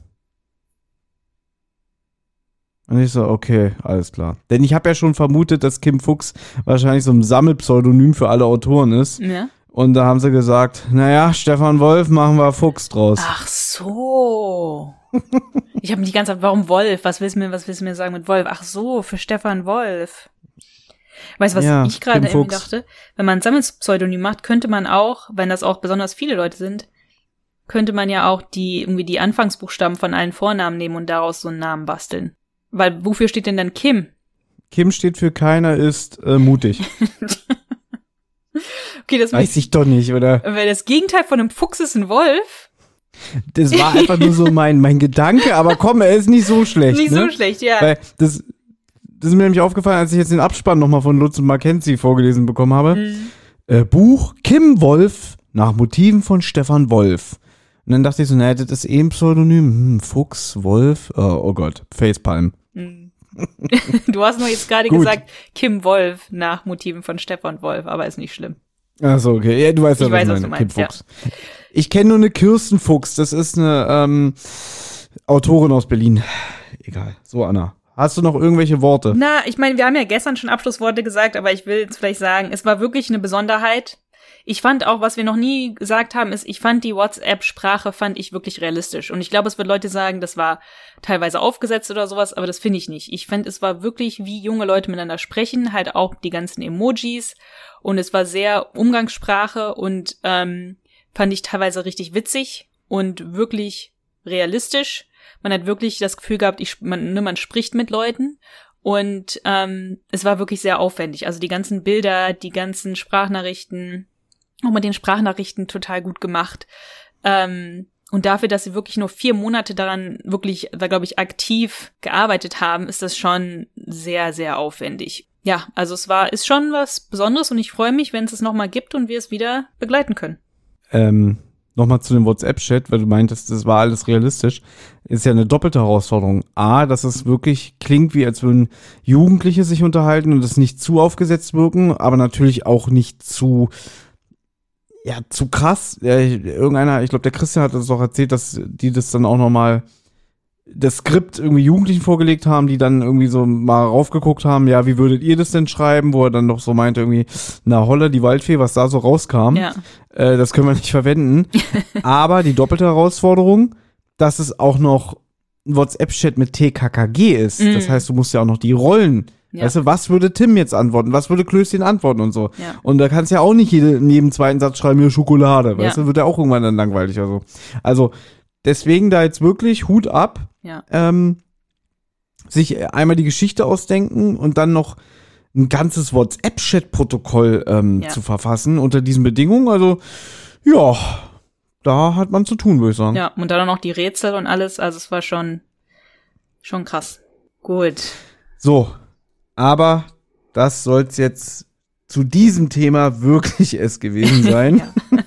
Und ich so, okay, alles klar. Denn ich habe ja schon vermutet, dass Kim Fuchs wahrscheinlich so ein Sammelpseudonym für alle Autoren ist. Ja. Und da haben sie gesagt, naja, Stefan Wolf, machen wir Fuchs draus. Ach so. Ich habe mich die ganze Zeit, warum Wolf? Was willst du mir, was willst du mir sagen mit Wolf? Ach so, für Stefan Wolf. Weißt du, was ja, ich gerade irgendwie dachte? Wenn man ein Sammelpseudonym macht, könnte man auch, wenn das auch besonders viele Leute sind, könnte man ja auch die irgendwie die Anfangsbuchstaben von allen Vornamen nehmen und daraus so einen Namen basteln. Weil wofür steht denn dann Kim? Kim steht für keiner ist äh, mutig. Okay, das weiß ich doch nicht, oder? Weil das Gegenteil von einem Fuchs ist ein Wolf. Das war einfach nur so mein mein Gedanke, aber komm, er ist nicht so schlecht. Nicht ne? so schlecht, ja. Weil das Das ist mir nämlich aufgefallen, als ich jetzt den Abspann nochmal von Lutz und Mackenzie vorgelesen bekommen habe. Mhm. Äh, Buch Kim Wolf nach Motiven von Stefan Wolf. Und dann dachte ich so, naja, das ist eh ein Pseudonym. Hm, Fuchs, Wolf, oh, oh Gott, Facepalm. Mhm. Du hast nur jetzt gerade gesagt, Kim Wolf nach Motiven von Stefan Wolf, aber ist nicht schlimm. Ach so, okay. Ja, du weißt ja, ich was weiß, ich was meine. du meinst, Kim Fuchs. Ja. Ich kenne nur eine Kirsten Fuchs. Das ist eine ähm, Autorin aus Berlin. Egal. So, Anna. Hast du noch irgendwelche Worte? Na, ich meine, wir haben ja gestern schon Abschlussworte gesagt, aber ich will jetzt vielleicht sagen, es war wirklich eine Besonderheit. Ich fand auch, was wir noch nie gesagt haben, ist, ich fand die WhatsApp-Sprache, fand ich wirklich realistisch. Und ich glaube, es wird Leute sagen, das war teilweise aufgesetzt oder sowas, aber das finde ich nicht. Ich fand, es war wirklich, wie junge Leute miteinander sprechen, halt auch die ganzen Emojis. Und es war sehr Umgangssprache und ähm, fand ich teilweise richtig witzig und wirklich realistisch. Man hat wirklich das Gefühl gehabt, ich, man, ne, man spricht mit Leuten und ähm, es war wirklich sehr aufwendig. Also die ganzen Bilder, die ganzen Sprachnachrichten, auch mit den Sprachnachrichten total gut gemacht. Ähm, und dafür, dass sie wirklich nur vier Monate daran wirklich, da glaube ich, aktiv gearbeitet haben, ist das schon sehr, sehr aufwendig. Ja, also es war, ist schon was Besonderes und ich freue mich, wenn es es nochmal gibt und wir es wieder begleiten können. Ähm. Nochmal zu dem WhatsApp-Chat, weil du meintest, das war alles realistisch, ist ja eine doppelte Herausforderung. A, dass es wirklich klingt, wie als würden Jugendliche sich unterhalten und es nicht zu aufgesetzt wirken, aber natürlich auch nicht zu, ja, zu krass. Ja, irgendeiner, ich glaube, der Christian hat das auch erzählt, dass die das dann auch nochmal das Skript irgendwie Jugendlichen vorgelegt haben, die dann irgendwie so mal raufgeguckt haben, ja, wie würdet ihr das denn schreiben, wo er dann doch so meinte irgendwie, na Holla, die Waldfee, was da so rauskam, ja. äh, das können wir nicht verwenden. Aber die doppelte Herausforderung, dass es auch noch ein WhatsApp-Chat mit T K K G ist. Mhm. Das heißt, du musst ja auch noch die Rollen, ja. Weißt du, was würde Tim jetzt antworten, was würde Klößchen antworten und so. Ja. Und da kannst du ja auch nicht jede, in jedem zweiten Satz schreiben, hier Schokolade, weißt ja. du, wird ja auch irgendwann dann langweilig oder so. Also, deswegen da jetzt wirklich Hut ab, ja. ähm, sich einmal die Geschichte ausdenken und dann noch ein ganzes WhatsApp-Chat-Protokoll ähm, ja. zu verfassen unter diesen Bedingungen. Also, ja, da hat man zu tun, würde ich sagen. Ja, und dann noch die Rätsel und alles. Also es war schon, schon krass. Gut. So, aber das soll's jetzt zu diesem Thema wirklich es gewesen sein. Ja.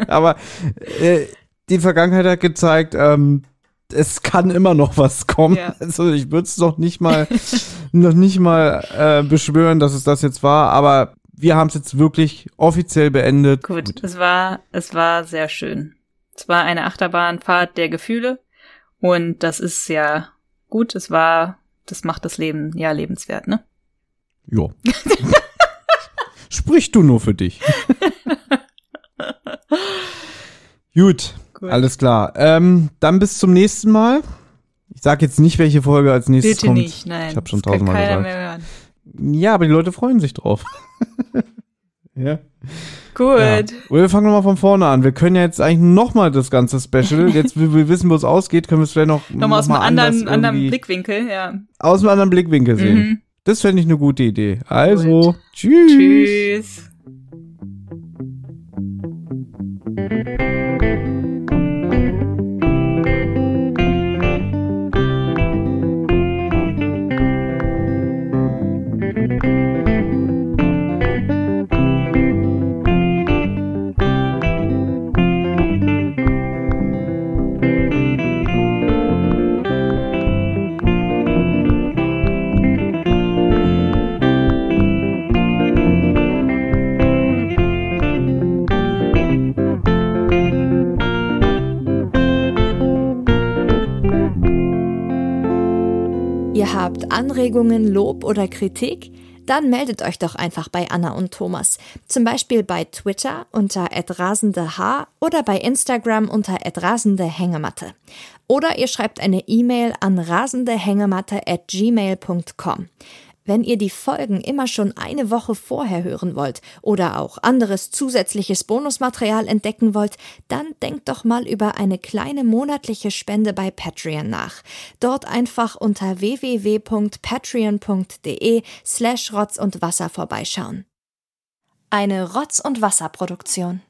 Aber äh, die Vergangenheit hat gezeigt, ähm, es kann immer noch was kommen. Ja. Also ich würde es noch nicht mal, noch nicht mal äh, beschwören, dass es das jetzt war, aber wir haben es jetzt wirklich offiziell beendet. Gut, Gut, es war, es war sehr schön. Es war eine Achterbahnfahrt der Gefühle und das ist ja gut, es war, das macht das Leben ja lebenswert, ne? Jo. Sprich du nur für dich. Gut. Gut. Alles klar. Ähm, dann bis zum nächsten Mal. Ich sag jetzt nicht, welche Folge als nächstes Bitte kommt. Bitte nicht, nein. Ich habe schon tausendmal gesagt. Keiner mehr hören. Ja, aber die Leute freuen sich drauf. Ja. Gut. Ja. Wir fangen nochmal von vorne an. Wir können ja jetzt eigentlich nochmal das ganze Special. Jetzt, wir, wir wissen, wo es ausgeht, können wir es vielleicht noch nochmal noch aus einem anderen, anderen Blickwinkel, ja. Aus einem anderen Blickwinkel sehen. Mhm. Das fände ich eine gute Idee. Also, Gut. tschüss. Tschüss. Ihr habt Anregungen, Lob oder Kritik? Dann meldet euch doch einfach bei Anna und Thomas. Zum Beispiel bei Twitter unter at rasendeh oder bei Instagram unter at rasendehängematte. Oder ihr schreibt eine E-Mail an rasendehängematte at gmail punkt com. Wenn ihr die Folgen immer schon eine Woche vorher hören wollt oder auch anderes zusätzliches Bonusmaterial entdecken wollt, dann denkt doch mal über eine kleine monatliche Spende bei Patreon nach. Dort einfach unter w w w punkt patreon punkt de slash Rotz und Wasser vorbeischauen. Eine Rotz und Wasser Produktion.